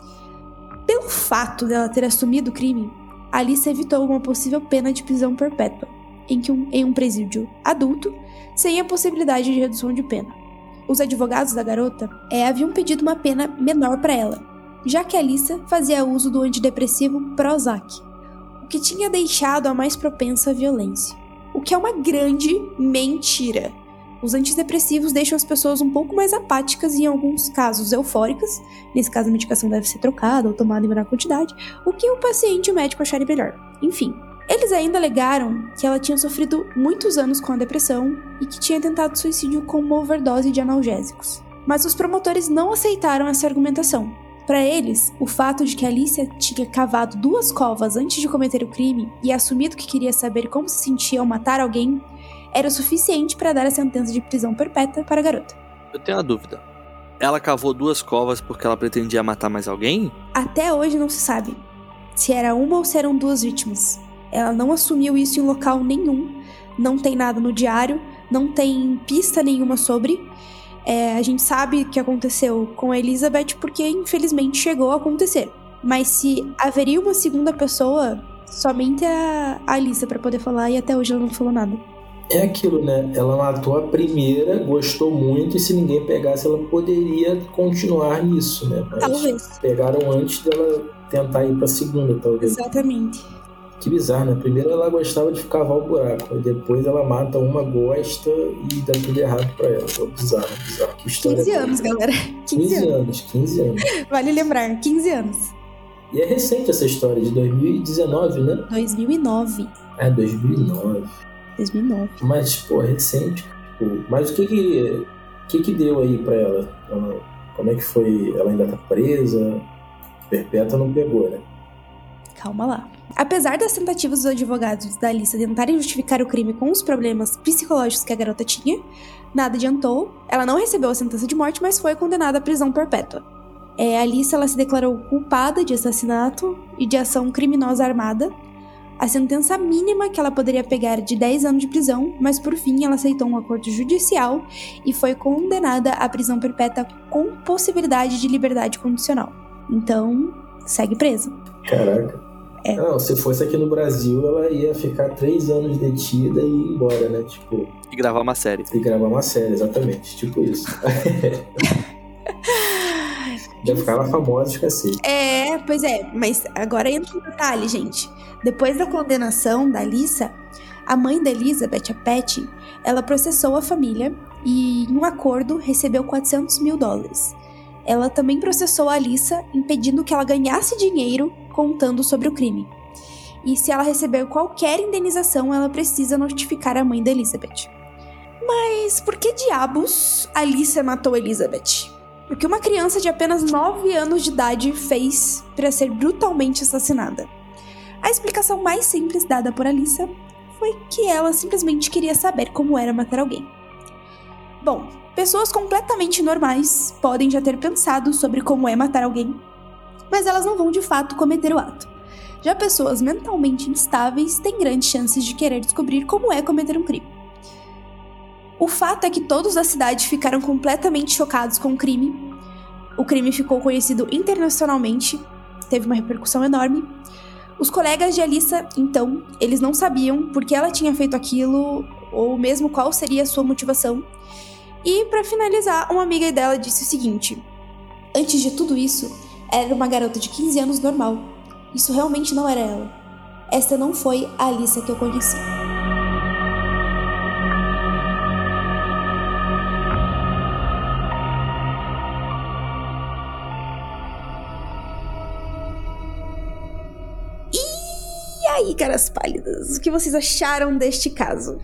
Pelo fato dela ter assumido o crime, Alyssa evitou uma possível pena de prisão perpétua, em, que um, em um presídio adulto, sem a possibilidade de redução de pena. Os advogados da garota é, haviam pedido uma pena menor para ela, já que Alyssa fazia uso do antidepressivo Prozac, o que tinha deixado a mais propensa à violência, o que é uma grande mentira. Os antidepressivos deixam as pessoas um pouco mais apáticas e, em alguns casos, eufóricas. Nesse caso, a medicação deve ser trocada ou tomada em menor quantidade, o que o paciente e o médico acharem melhor. Enfim, eles ainda alegaram que ela tinha sofrido muitos anos com a depressão e que tinha tentado suicídio com uma overdose de analgésicos. Mas os promotores não aceitaram essa argumentação. Para eles, o fato de que Alyssa tinha cavado duas covas antes de cometer o crime e assumido que queria saber como se sentia ao matar alguém era o suficiente para dar a sentença de prisão perpétua para a garota. Eu tenho uma dúvida. Ela cavou duas covas porque ela pretendia matar mais alguém? Até hoje não se sabe se era uma ou se eram duas vítimas. Ela não assumiu isso em local nenhum, não tem nada no diário, não tem pista nenhuma sobre. É, a gente sabe o que aconteceu com a Elizabeth porque infelizmente chegou a acontecer. Mas se haveria uma segunda pessoa, somente a Alyssa para poder falar, e até hoje ela não falou nada. É aquilo, né? Ela matou a primeira, gostou muito, e se ninguém pegasse, ela poderia continuar nisso, né? Mas talvez. Pegaram antes dela tentar ir pra segunda, talvez. Exatamente. Que bizarro, né? Primeiro ela gostava de cavar o buraco, e depois ela mata uma, gosta e dá tudo errado pra ela. Pô, bizarro, bizarro. Que história. quinze anos, galera. quinze anos, quinze anos. Vale lembrar, quinze anos. E é recente essa história, de dois mil e dezenove, né? dois mil e nove. É, dois mil e nove. dois mil e nove. Mas, pô, é recente. Pô. Mas o que que, que que deu aí pra ela? ela? Como é que foi? Ela ainda tá presa? Perpétua não pegou, né? Calma lá. Apesar das tentativas dos advogados da Alyssa tentarem justificar o crime com os problemas psicológicos que a garota tinha, nada adiantou. Ela não recebeu a sentença de morte, mas foi condenada à prisão perpétua. É, a Alyssa ela se declarou culpada de assassinato e de ação criminosa armada. A sentença mínima que ela poderia pegar era de dez anos de prisão, mas por fim ela aceitou um acordo judicial e foi condenada à prisão perpétua com possibilidade de liberdade condicional. Então, segue presa. Caraca. É. Não, se fosse aqui no Brasil, ela ia ficar três anos detida e ir embora, né? Tipo... E gravar uma série. E gravar uma série, exatamente. Tipo isso. Já ficava famosa, esqueci. É, pois é. Mas agora entra um detalhe, gente. Depois da condenação da Alyssa, a mãe da Elizabeth, a Patty, ela processou a família e, em um acordo, recebeu quatrocentos mil dólares. Ela também processou a Alyssa, impedindo que ela ganhasse dinheiro contando sobre o crime. E se ela receber qualquer indenização, ela precisa notificar a mãe da Elizabeth. Mas por que diabos a Alyssa matou a Elizabeth? O que uma criança de apenas nove anos de idade fez para ser brutalmente assassinada? A explicação mais simples dada por Alyssa foi que ela simplesmente queria saber como era matar alguém. Bom, pessoas completamente normais podem já ter pensado sobre como é matar alguém, mas elas não vão de fato cometer o ato. Já pessoas mentalmente instáveis têm grandes chances de querer descobrir como é cometer um crime. O fato é que todos da cidade ficaram completamente chocados com o crime. O crime ficou conhecido internacionalmente, teve uma repercussão enorme. Os colegas de Alyssa, então, eles não sabiam por que ela tinha feito aquilo, ou mesmo qual seria a sua motivação. E, para finalizar, uma amiga dela disse o seguinte: antes de tudo isso, era uma garota de quinze anos normal. Isso realmente não era ela. Esta não foi a Alyssa que eu conheci. E aí, caras pálidas, o que vocês acharam deste caso?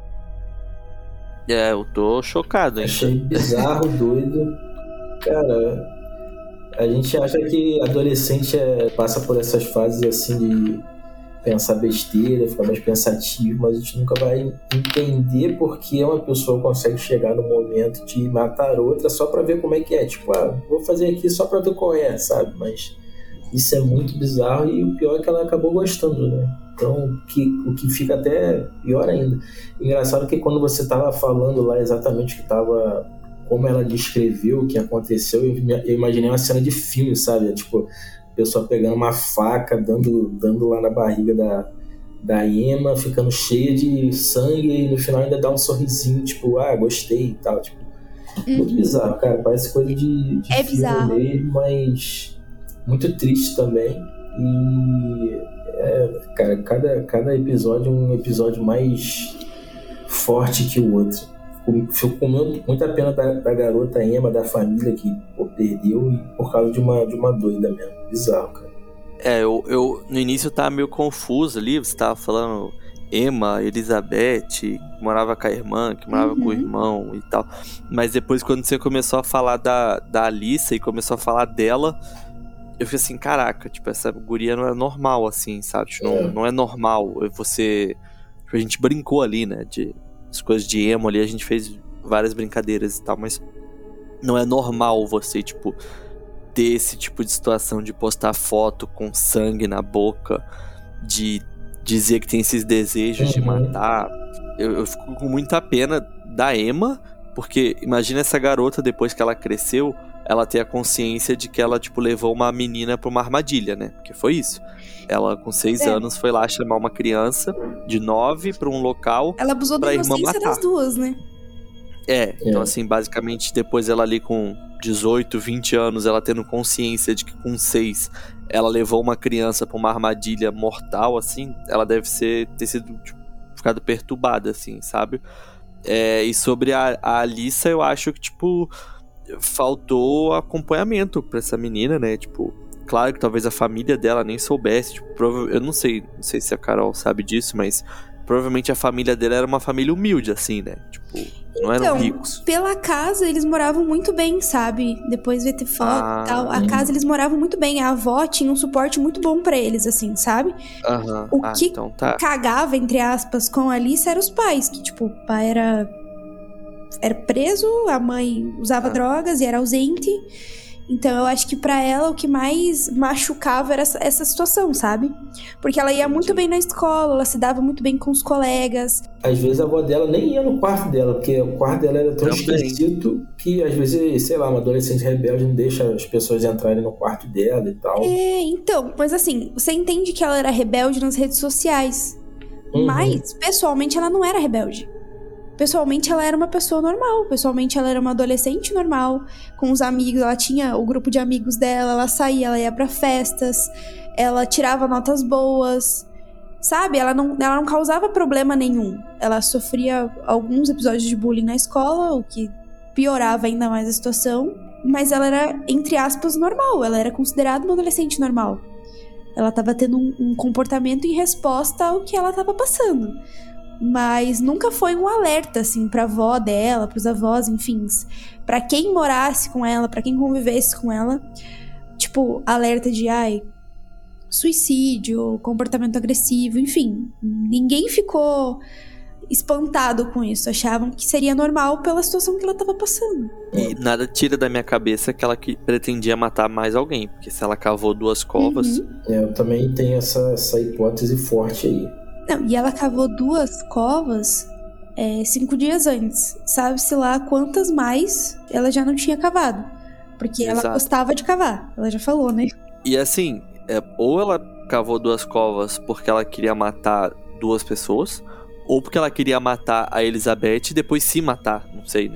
É, eu tô chocado, hein? Achei bizarro, doido. Cara, a gente acha que adolescente é, passa por essas fases assim de pensar besteira, ficar mais pensativo, mas a gente nunca vai entender por que uma pessoa consegue chegar no momento de matar outra só pra ver como é que é. Tipo, ah, vou fazer aqui só pra ver qual é, sabe? Mas isso é muito bizarro e o pior é que ela acabou gostando, né? Então, o que, o que fica até pior ainda. Engraçado que quando você tava falando lá exatamente o que tava... como ela descreveu o que aconteceu, eu, eu imaginei uma cena de filme, sabe? Tipo, a pessoa pegando uma faca, dando, dando lá na barriga da, da Emma, ficando cheia de sangue e no final ainda dá um sorrisinho, tipo, ah, gostei e tal. Tipo, uhum. Muito bizarro, cara. Parece coisa de, de é filme bizarro mesmo, mas muito triste também. E, é, cara, cada, cada episódio é um episódio mais forte que o outro. Fico com muita pena da, da garota Emma, da família que pô, perdeu e por causa de uma, de uma doida mesmo. Bizarro, cara. É, eu, eu no início eu tava meio confuso ali, você tava falando Emma, Elizabeth, que morava com a irmã, que morava uhum. com o irmão e tal. Mas depois quando você começou a falar da, da Alyssa e começou a falar dela, eu fiquei assim, caraca, tipo, essa guria não é normal assim, sabe? Tipo, não, é. não é normal você... Tipo, a gente brincou ali, né, de... as coisas de emo ali, a gente fez várias brincadeiras e tal, mas não é normal você, tipo, ter esse tipo de situação de postar foto com sangue na boca, de dizer que tem esses desejos uhum. de matar. Eu, eu fico com muita pena da Emma, porque imagina essa garota, depois que ela cresceu, ela ter a consciência de que ela, tipo, levou uma menina pra uma armadilha, né? Porque foi isso. Ela, com seis é. anos, foi lá chamar uma criança de nove pra um local. Ela abusou pra da irmã inocência matar. das duas, né? É, então é. assim, basicamente, depois ela ali com dezoito, vinte anos, ela tendo consciência de que com seis ela levou uma criança pra uma armadilha mortal, assim, ela deve ser, ter sido, tipo, ficado perturbada, assim, sabe? É, e sobre a, a Alyssa, eu acho que, tipo, faltou acompanhamento pra essa menina, né? Tipo, claro que talvez a família dela nem soubesse, tipo, prova- eu não sei, não sei se a Carol sabe disso, mas provavelmente a família dela era uma família humilde, assim, né? Tipo, não então, eram ricos. Pela casa, eles moravam muito bem, sabe? Depois vai ter foto ah, e tal. A hum. casa, eles moravam muito bem. A avó tinha um suporte muito bom pra eles, assim, sabe? Aham. O ah, que então tá. cagava, entre aspas, com a Alyssa eram os pais. Que, tipo, o pai era... era preso, a mãe usava ah. drogas e era ausente. Então eu acho que pra ela o que mais machucava era essa, essa situação, sabe? Porque ela ia muito bem na escola, ela se dava muito bem com os colegas. Às vezes a avó dela nem ia no quarto dela, porque o quarto dela era tão esquisito que às vezes, sei lá, uma adolescente rebelde não deixa as pessoas entrarem no quarto dela e tal. É, então, mas assim, você entende que ela era rebelde nas redes sociais, uhum. mas pessoalmente ela não era rebelde. Pessoalmente, ela era uma pessoa normal. Pessoalmente, ela era uma adolescente normal. Com os amigos, ela tinha o grupo de amigos dela. Ela saía, ela ia pra festas. Ela tirava notas boas. Sabe? Ela não, ela não causava problema nenhum. Ela sofria alguns episódios de bullying na escola, o que piorava ainda mais a situação. Mas ela era, entre aspas, normal. Ela era considerada uma adolescente normal. Ela tava tendo um, um comportamento em resposta ao que ela tava passando. Mas nunca foi um alerta, assim, pra avó dela, pros avós, enfim. Pra quem morasse com ela, pra quem convivesse com ela. Tipo, alerta de, ai, suicídio, comportamento agressivo, enfim. Ninguém ficou espantado com isso. Achavam que seria normal pela situação que ela tava passando. E nada tira da minha cabeça que ela que pretendia matar mais alguém. Porque se ela cavou duas covas... Uhum. É, eu também tenho essa, essa hipótese forte aí. Não, e ela cavou duas covas é, cinco dias antes. Sabe-se lá quantas mais ela já não tinha cavado. Porque Exato. Ela gostava de cavar. Ela já falou, né? E assim, é, ou ela cavou duas covas porque ela queria matar duas pessoas, ou porque ela queria matar a Elizabeth e depois se matar. Não sei, né?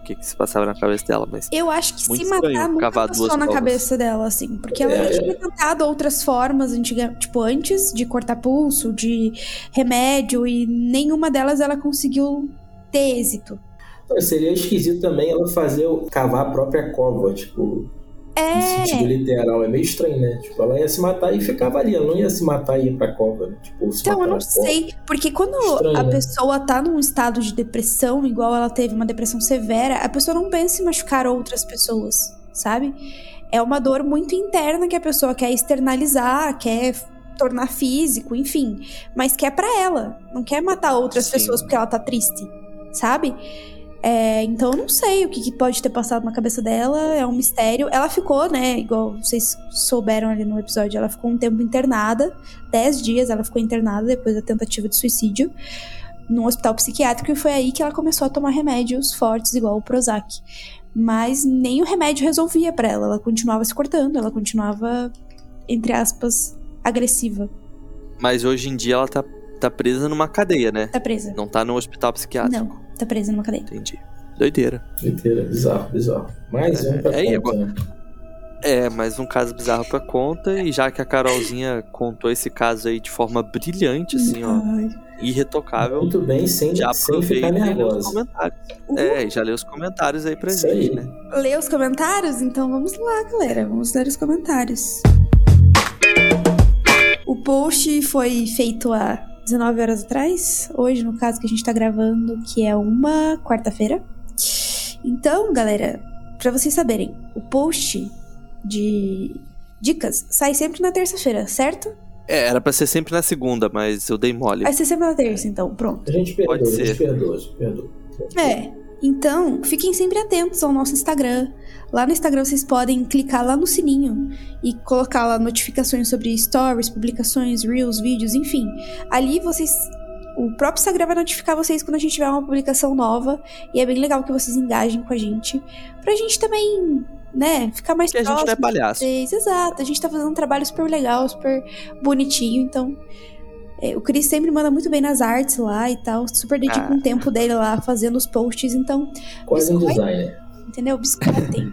que, que se passava na cabeça dela, mas... Eu acho que muito se matar estranho nunca cavar passou duas na covas. cabeça dela, assim. Porque ela É, já tinha é. tentado outras formas, antiga, tipo, antes de cortar pulso, de remédio, e nenhuma delas ela conseguiu ter êxito. Então, seria esquisito também ela fazer, o- cavar a própria cova, tipo, no sentido É, literal. É meio estranho, né? Tipo, ela ia se matar e ficava ali. Ela não ia se matar e ir pra cova, né? Tipo, se então eu matar não na cova. sei. Porque quando Estranho, a né? pessoa tá num estado de depressão, igual ela teve uma depressão severa, a pessoa não pensa em machucar outras pessoas, sabe? É uma dor muito interna que a pessoa quer externalizar, quer tornar físico, enfim. Mas quer pra ela. Não quer matar outras Sim. pessoas porque ela tá triste, sabe? É, então eu não sei o que, que pode ter passado na cabeça dela, é um mistério. Ela ficou, né, igual vocês souberam ali no episódio, ela ficou um tempo internada, dez dias ela ficou internada depois da tentativa de suicídio, num hospital psiquiátrico, e foi aí que ela começou a tomar remédios fortes, igual o Prozac. Mas nem o remédio resolvia pra ela, ela continuava se cortando, ela continuava, entre aspas, agressiva. Mas hoje em dia ela tá, tá presa numa cadeia, né? Tá presa. Não tá no hospital psiquiátrico. Não, tá presa numa cadeia. Entendi. Doideira. Inteira, bizarro, bizarro. Mais um pra É, conta, né? É, mais um caso bizarro pra conta. E já que a Carolzinha contou esse caso aí de forma brilhante, assim, ó, Ai. irretocável, Muito bem, sem, já sem ficar aproveita e lê os nervosa. comentários. Uhum. É, e já lê os comentários aí pra Isso gente, aí. né? Ler os comentários? Então vamos lá, galera. Vamos ler os comentários. O post foi feito há dezenove horas atrás. Hoje, no caso que a gente tá gravando, que é uma quarta-feira. Então, galera, pra vocês saberem, o post de dicas sai sempre na terça-feira, certo? É, era pra ser sempre na segunda, mas eu dei mole. Vai ser sempre na terça, então, pronto. A gente perdoa, Pode a gente ser. perdoa, a gente perdoa. É, então fiquem sempre atentos ao nosso Instagram. Lá no Instagram vocês podem clicar lá no sininho e colocar lá notificações sobre stories, publicações, reels, vídeos, enfim. Ali vocês... O próprio Instagram vai notificar vocês quando a gente tiver uma publicação nova. E é bem legal que vocês engajem com a gente. Pra gente também, né, ficar mais Que a gente não é próximo de palhaço. vocês. Exato, a gente tá fazendo um trabalho super legal, super bonitinho, então... É, o Cris sempre manda muito bem nas artes lá e tal. Super dedica Ah. um tempo dele lá fazendo os posts. Então, Quase um biscoitem, designer. entendeu? Biscoitem.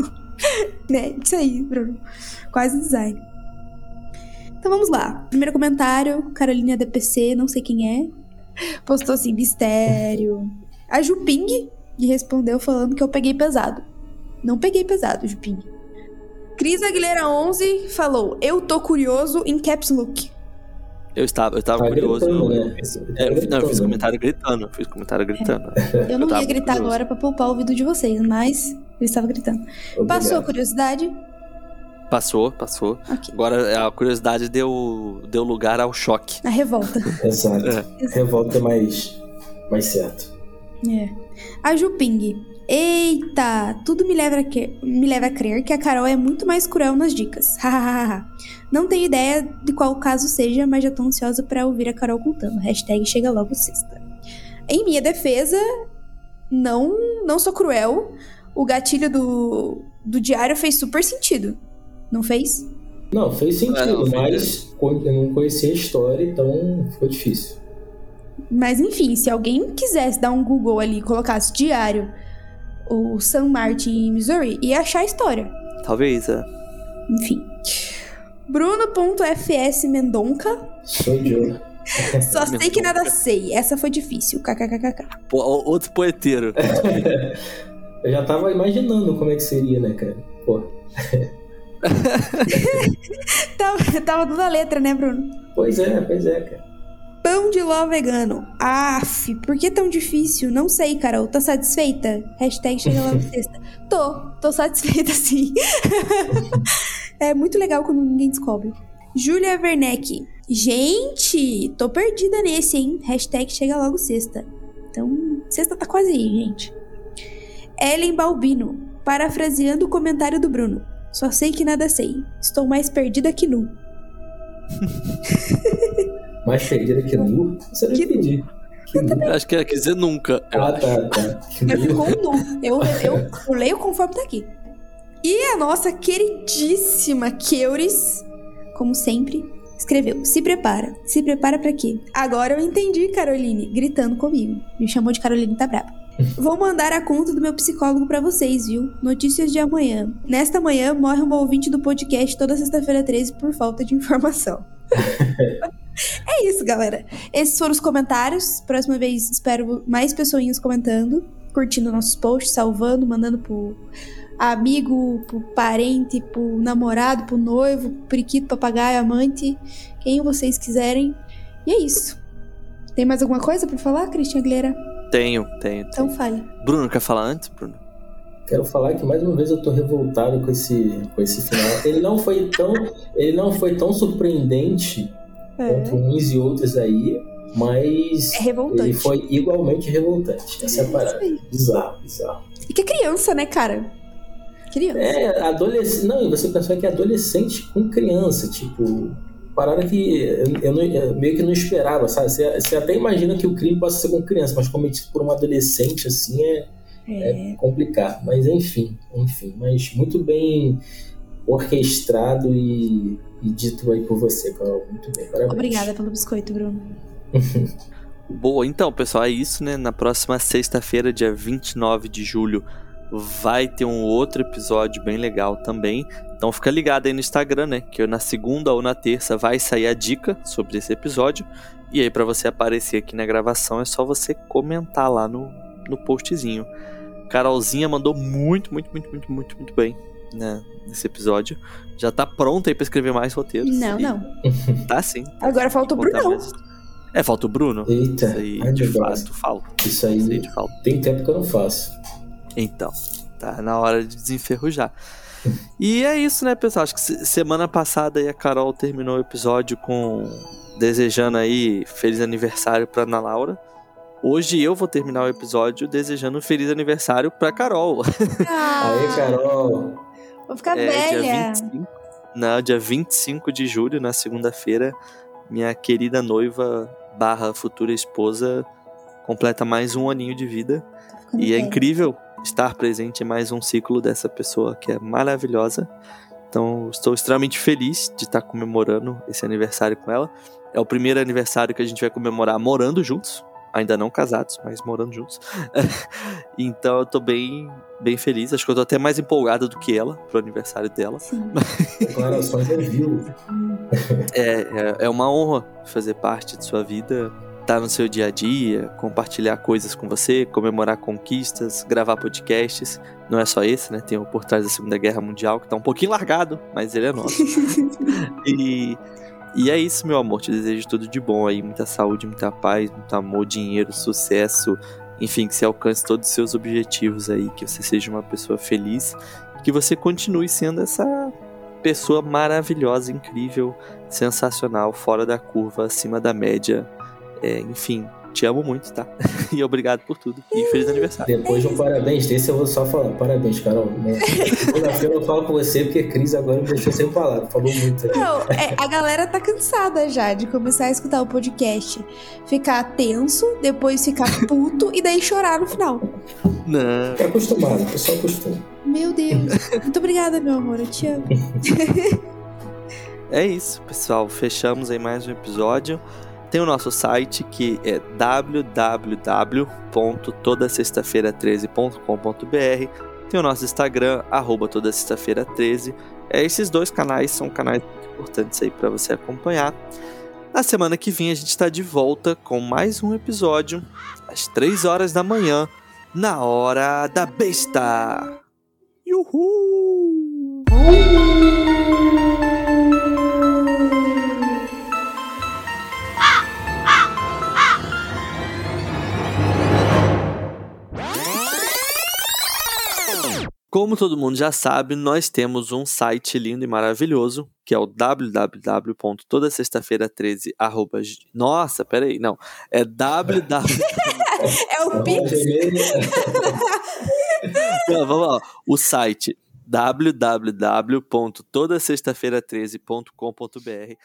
Né? Isso aí, Bruno. Quase um design. Então vamos lá. Primeiro comentário. Carolina D P C, não sei quem é. Postou assim, mistério. A Juping respondeu falando que eu peguei pesado. Não peguei pesado, Juping. Cris Aguilera onze falou: eu tô curioso em caps look. Eu estava, eu estava Tá curioso. gritando, eu, né? fiz, Tá é, eu, fiz- não, eu fiz gritando. comentário gritando. Eu fiz comentário gritando. Eu não tava ia gritar curioso. agora pra poupar o ouvido de vocês, mas ele estava gritando. Obrigado. Passou a curiosidade? Passou, passou. Ok. Agora a curiosidade deu, deu lugar ao choque. A revolta. Exato. É. Revolta é mais, mais certo. É. A Juping. Eita, tudo me leva, a que- me leva a crer que a Carol é muito mais cruel nas dicas. Hahaha. Não tenho ideia de qual caso seja, mas já tô ansiosa pra ouvir a Carol contando. Hashtag chega logo sexta. Em minha defesa, não, não sou cruel. O gatilho do, do diário fez super sentido. Não fez? Não, fez sentido, É, não, fez mas eu não conhecia a história, então ficou difícil. Mas enfim, se alguém quisesse dar um Google ali e colocasse diário o San Martin, Missouri, ia achar a história. Talvez, é. Enfim. Bruno.fs Mendonca. Sou eu. Só sei que nada sei. Essa foi difícil. KKKK. Pô, ó, outro poeteiro. Eu já tava imaginando como é que seria, né, cara? Pô. Tava, tava dando a letra, né, Bruno? Pois é, pois é, cara. Pão de ló vegano. Aff, por que tão difícil? Não sei, Carol. Tá satisfeita? Hashtag chega lá na sexta. Tô, tô satisfeita sim. É muito legal quando ninguém descobre. Júlia Werneck. Gente, tô perdida nesse, hein? Hashtag chega logo sexta. Então, sexta tá quase aí, gente. Ellen Balbino. Parafraseando o comentário do Bruno. Só sei que nada sei. Estou mais perdida que nu. Mais perdida que nu? Você não Que entendi. Que nu? Eu acho que ela quer dizer nunca. Eu Ah, acho. tá, tá. Que Eu nu? ficou nu. Eu, eu, eu leio conforme tá aqui. E a nossa queridíssima Keuris, como sempre, escreveu: se prepara. Se prepara pra quê? Agora eu entendi, Caroline, gritando comigo. Me chamou de Caroline, tá brava. Vou mandar a conta do meu psicólogo pra vocês, viu? Notícias de amanhã. Nesta manhã, morre um ouvinte do podcast toda sexta-feira treze por falta de informação. É isso, galera. Esses foram os comentários. Próxima vez, espero mais pessoinhas comentando, curtindo nossos posts, salvando, mandando pro amigo, pro parente, pro namorado, pro noivo, pro periquito, papagaio, amante, quem vocês quiserem. E é isso. Tem mais alguma coisa pra falar, Christian Aguilera? Tenho, tenho, tenho. Então fale. Bruno, quer falar antes, Bruno? Quero falar que mais uma vez eu tô revoltado com esse, com esse final. Ele não foi tão, ele não foi tão surpreendente é. quanto uns e outros aí, mas é revoltante. Ele foi igualmente revoltante. Essa é a parada. Bizarro, bizarro. E que é criança, né, cara? Criança. É, adolescente. Não, e você pensou que é adolescente com criança, tipo. Parada que eu, eu, não, eu meio que não esperava, sabe? Você, você até imagina que o crime possa ser com criança, mas cometido por um adolescente, assim, é, é. é complicado. Mas enfim, enfim. Mas muito bem orquestrado e, e dito aí por você, Carol. Muito bem, parabéns. Obrigada pelo biscoito, Bruno. Boa, então, pessoal, é isso, né? Na próxima sexta-feira, dia vinte e nove de julho, vai ter um outro episódio bem legal também. Então fica ligado aí no Instagram, né? Que na segunda ou na terça vai sair a dica sobre esse episódio. E aí pra você aparecer aqui na gravação é só você comentar lá no, no postzinho. Carolzinha mandou muito, muito, muito, muito, muito, muito bem, né, nesse episódio. Já tá pronta aí pra escrever mais roteiros. Não, e... não. Tá sim. Agora falta o Bruno. Mais... É, falta o Bruno. Eita. Isso aí, Ai, de Deus. fato, falta. Isso aí, Isso aí de fato. Tem tempo que eu não faço. Então, tá na hora de desenferrujar. E é isso, né, pessoal? Acho que semana passada aí a Carol terminou o episódio com desejando aí feliz aniversário pra Ana Laura. Hoje eu vou terminar o episódio desejando um feliz aniversário pra Carol. Ah, Aê, Carol! Vou ficar é, velha. Dia vinte e cinco, não, dia vinte e cinco de julho, na segunda-feira, minha querida noiva barra futura esposa completa mais um aninho de vida. E é incrível estar presente em mais um ciclo dessa pessoa que é maravilhosa. Então estou extremamente feliz de estar comemorando esse aniversário com ela. É o primeiro aniversário que a gente vai comemorar morando juntos. Ainda não casados, mas morando juntos. Então eu tô bem, bem feliz. Acho que eu tô até mais empolgada do que ela pro aniversário dela. Declarações ao vivo. É, é, é uma honra fazer parte de sua vida, estar no seu dia a dia, compartilhar coisas com você, comemorar conquistas, gravar podcasts. Não é só esse, né? Tem o Por Trás da Segunda Guerra Mundial, que tá um pouquinho largado, mas ele é nosso. e, e é isso, meu amor. Te desejo tudo de bom aí. Muita saúde, muita paz, muito amor, dinheiro, sucesso. Enfim, que você alcance todos os seus objetivos aí. Que você seja uma pessoa feliz. Que você continue sendo essa pessoa maravilhosa, incrível, sensacional, fora da curva, acima da média. É, enfim, te amo muito, tá? E obrigado por tudo. E feliz aniversário. Depois de um parabéns desse, eu vou só falar. Parabéns, Carol. Segunda-feira eu falo com você, porque a Cris agora me deixou sem palavras. Falou muito. Não, é, a galera tá cansada já de começar a escutar o podcast. Ficar tenso, depois ficar puto e daí chorar no final. Não. É acostumado, o pessoal acostuma. Meu Deus. Muito obrigada, meu amor. Eu te amo. É isso, pessoal. Fechamos aí mais um episódio. Tem o nosso site, que é w w w ponto toda sexta feira treze ponto com ponto b r. Tem o nosso Instagram, arroba toda sexta feira treze. É, esses dois canais são canais muito importantes aí para você acompanhar. Na semana que vem a gente está de volta com mais um episódio, às três horas da manhã, na Hora da Besta. Uhul! Como todo mundo já sabe, nós temos um site lindo e maravilhoso, que é o w w w ponto toda sexta feira treze arroba... Nossa, peraí, não. É www... É o Pix? Não, vamos lá. O site w w w ponto toda sexta feira treze ponto com ponto b r.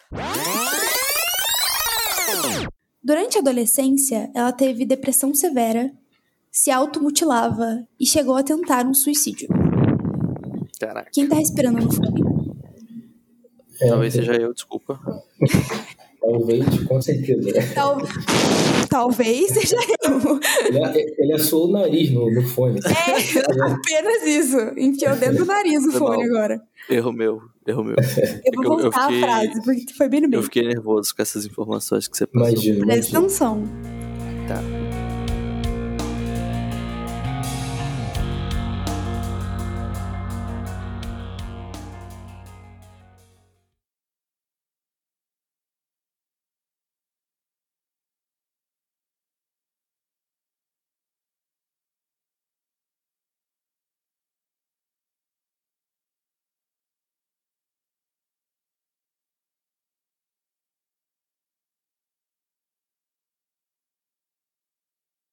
Durante a adolescência, ela teve depressão severa, se automutilava e chegou a tentar um suicídio. Caraca. Quem tá respirando no fundo? É, Talvez seja eu, desculpa. Talvez, com certeza. Tal... Talvez seja eu. Ele, ele assou o nariz no, no fone. É, apenas isso. Enfiou dentro do nariz o fone agora. Erro meu, erro meu. Eu vou voltar eu fiquei, a frase, porque foi bem no meio. Eu fiquei nervoso com essas informações que você passou. Imagina. Presta atenção. Tá.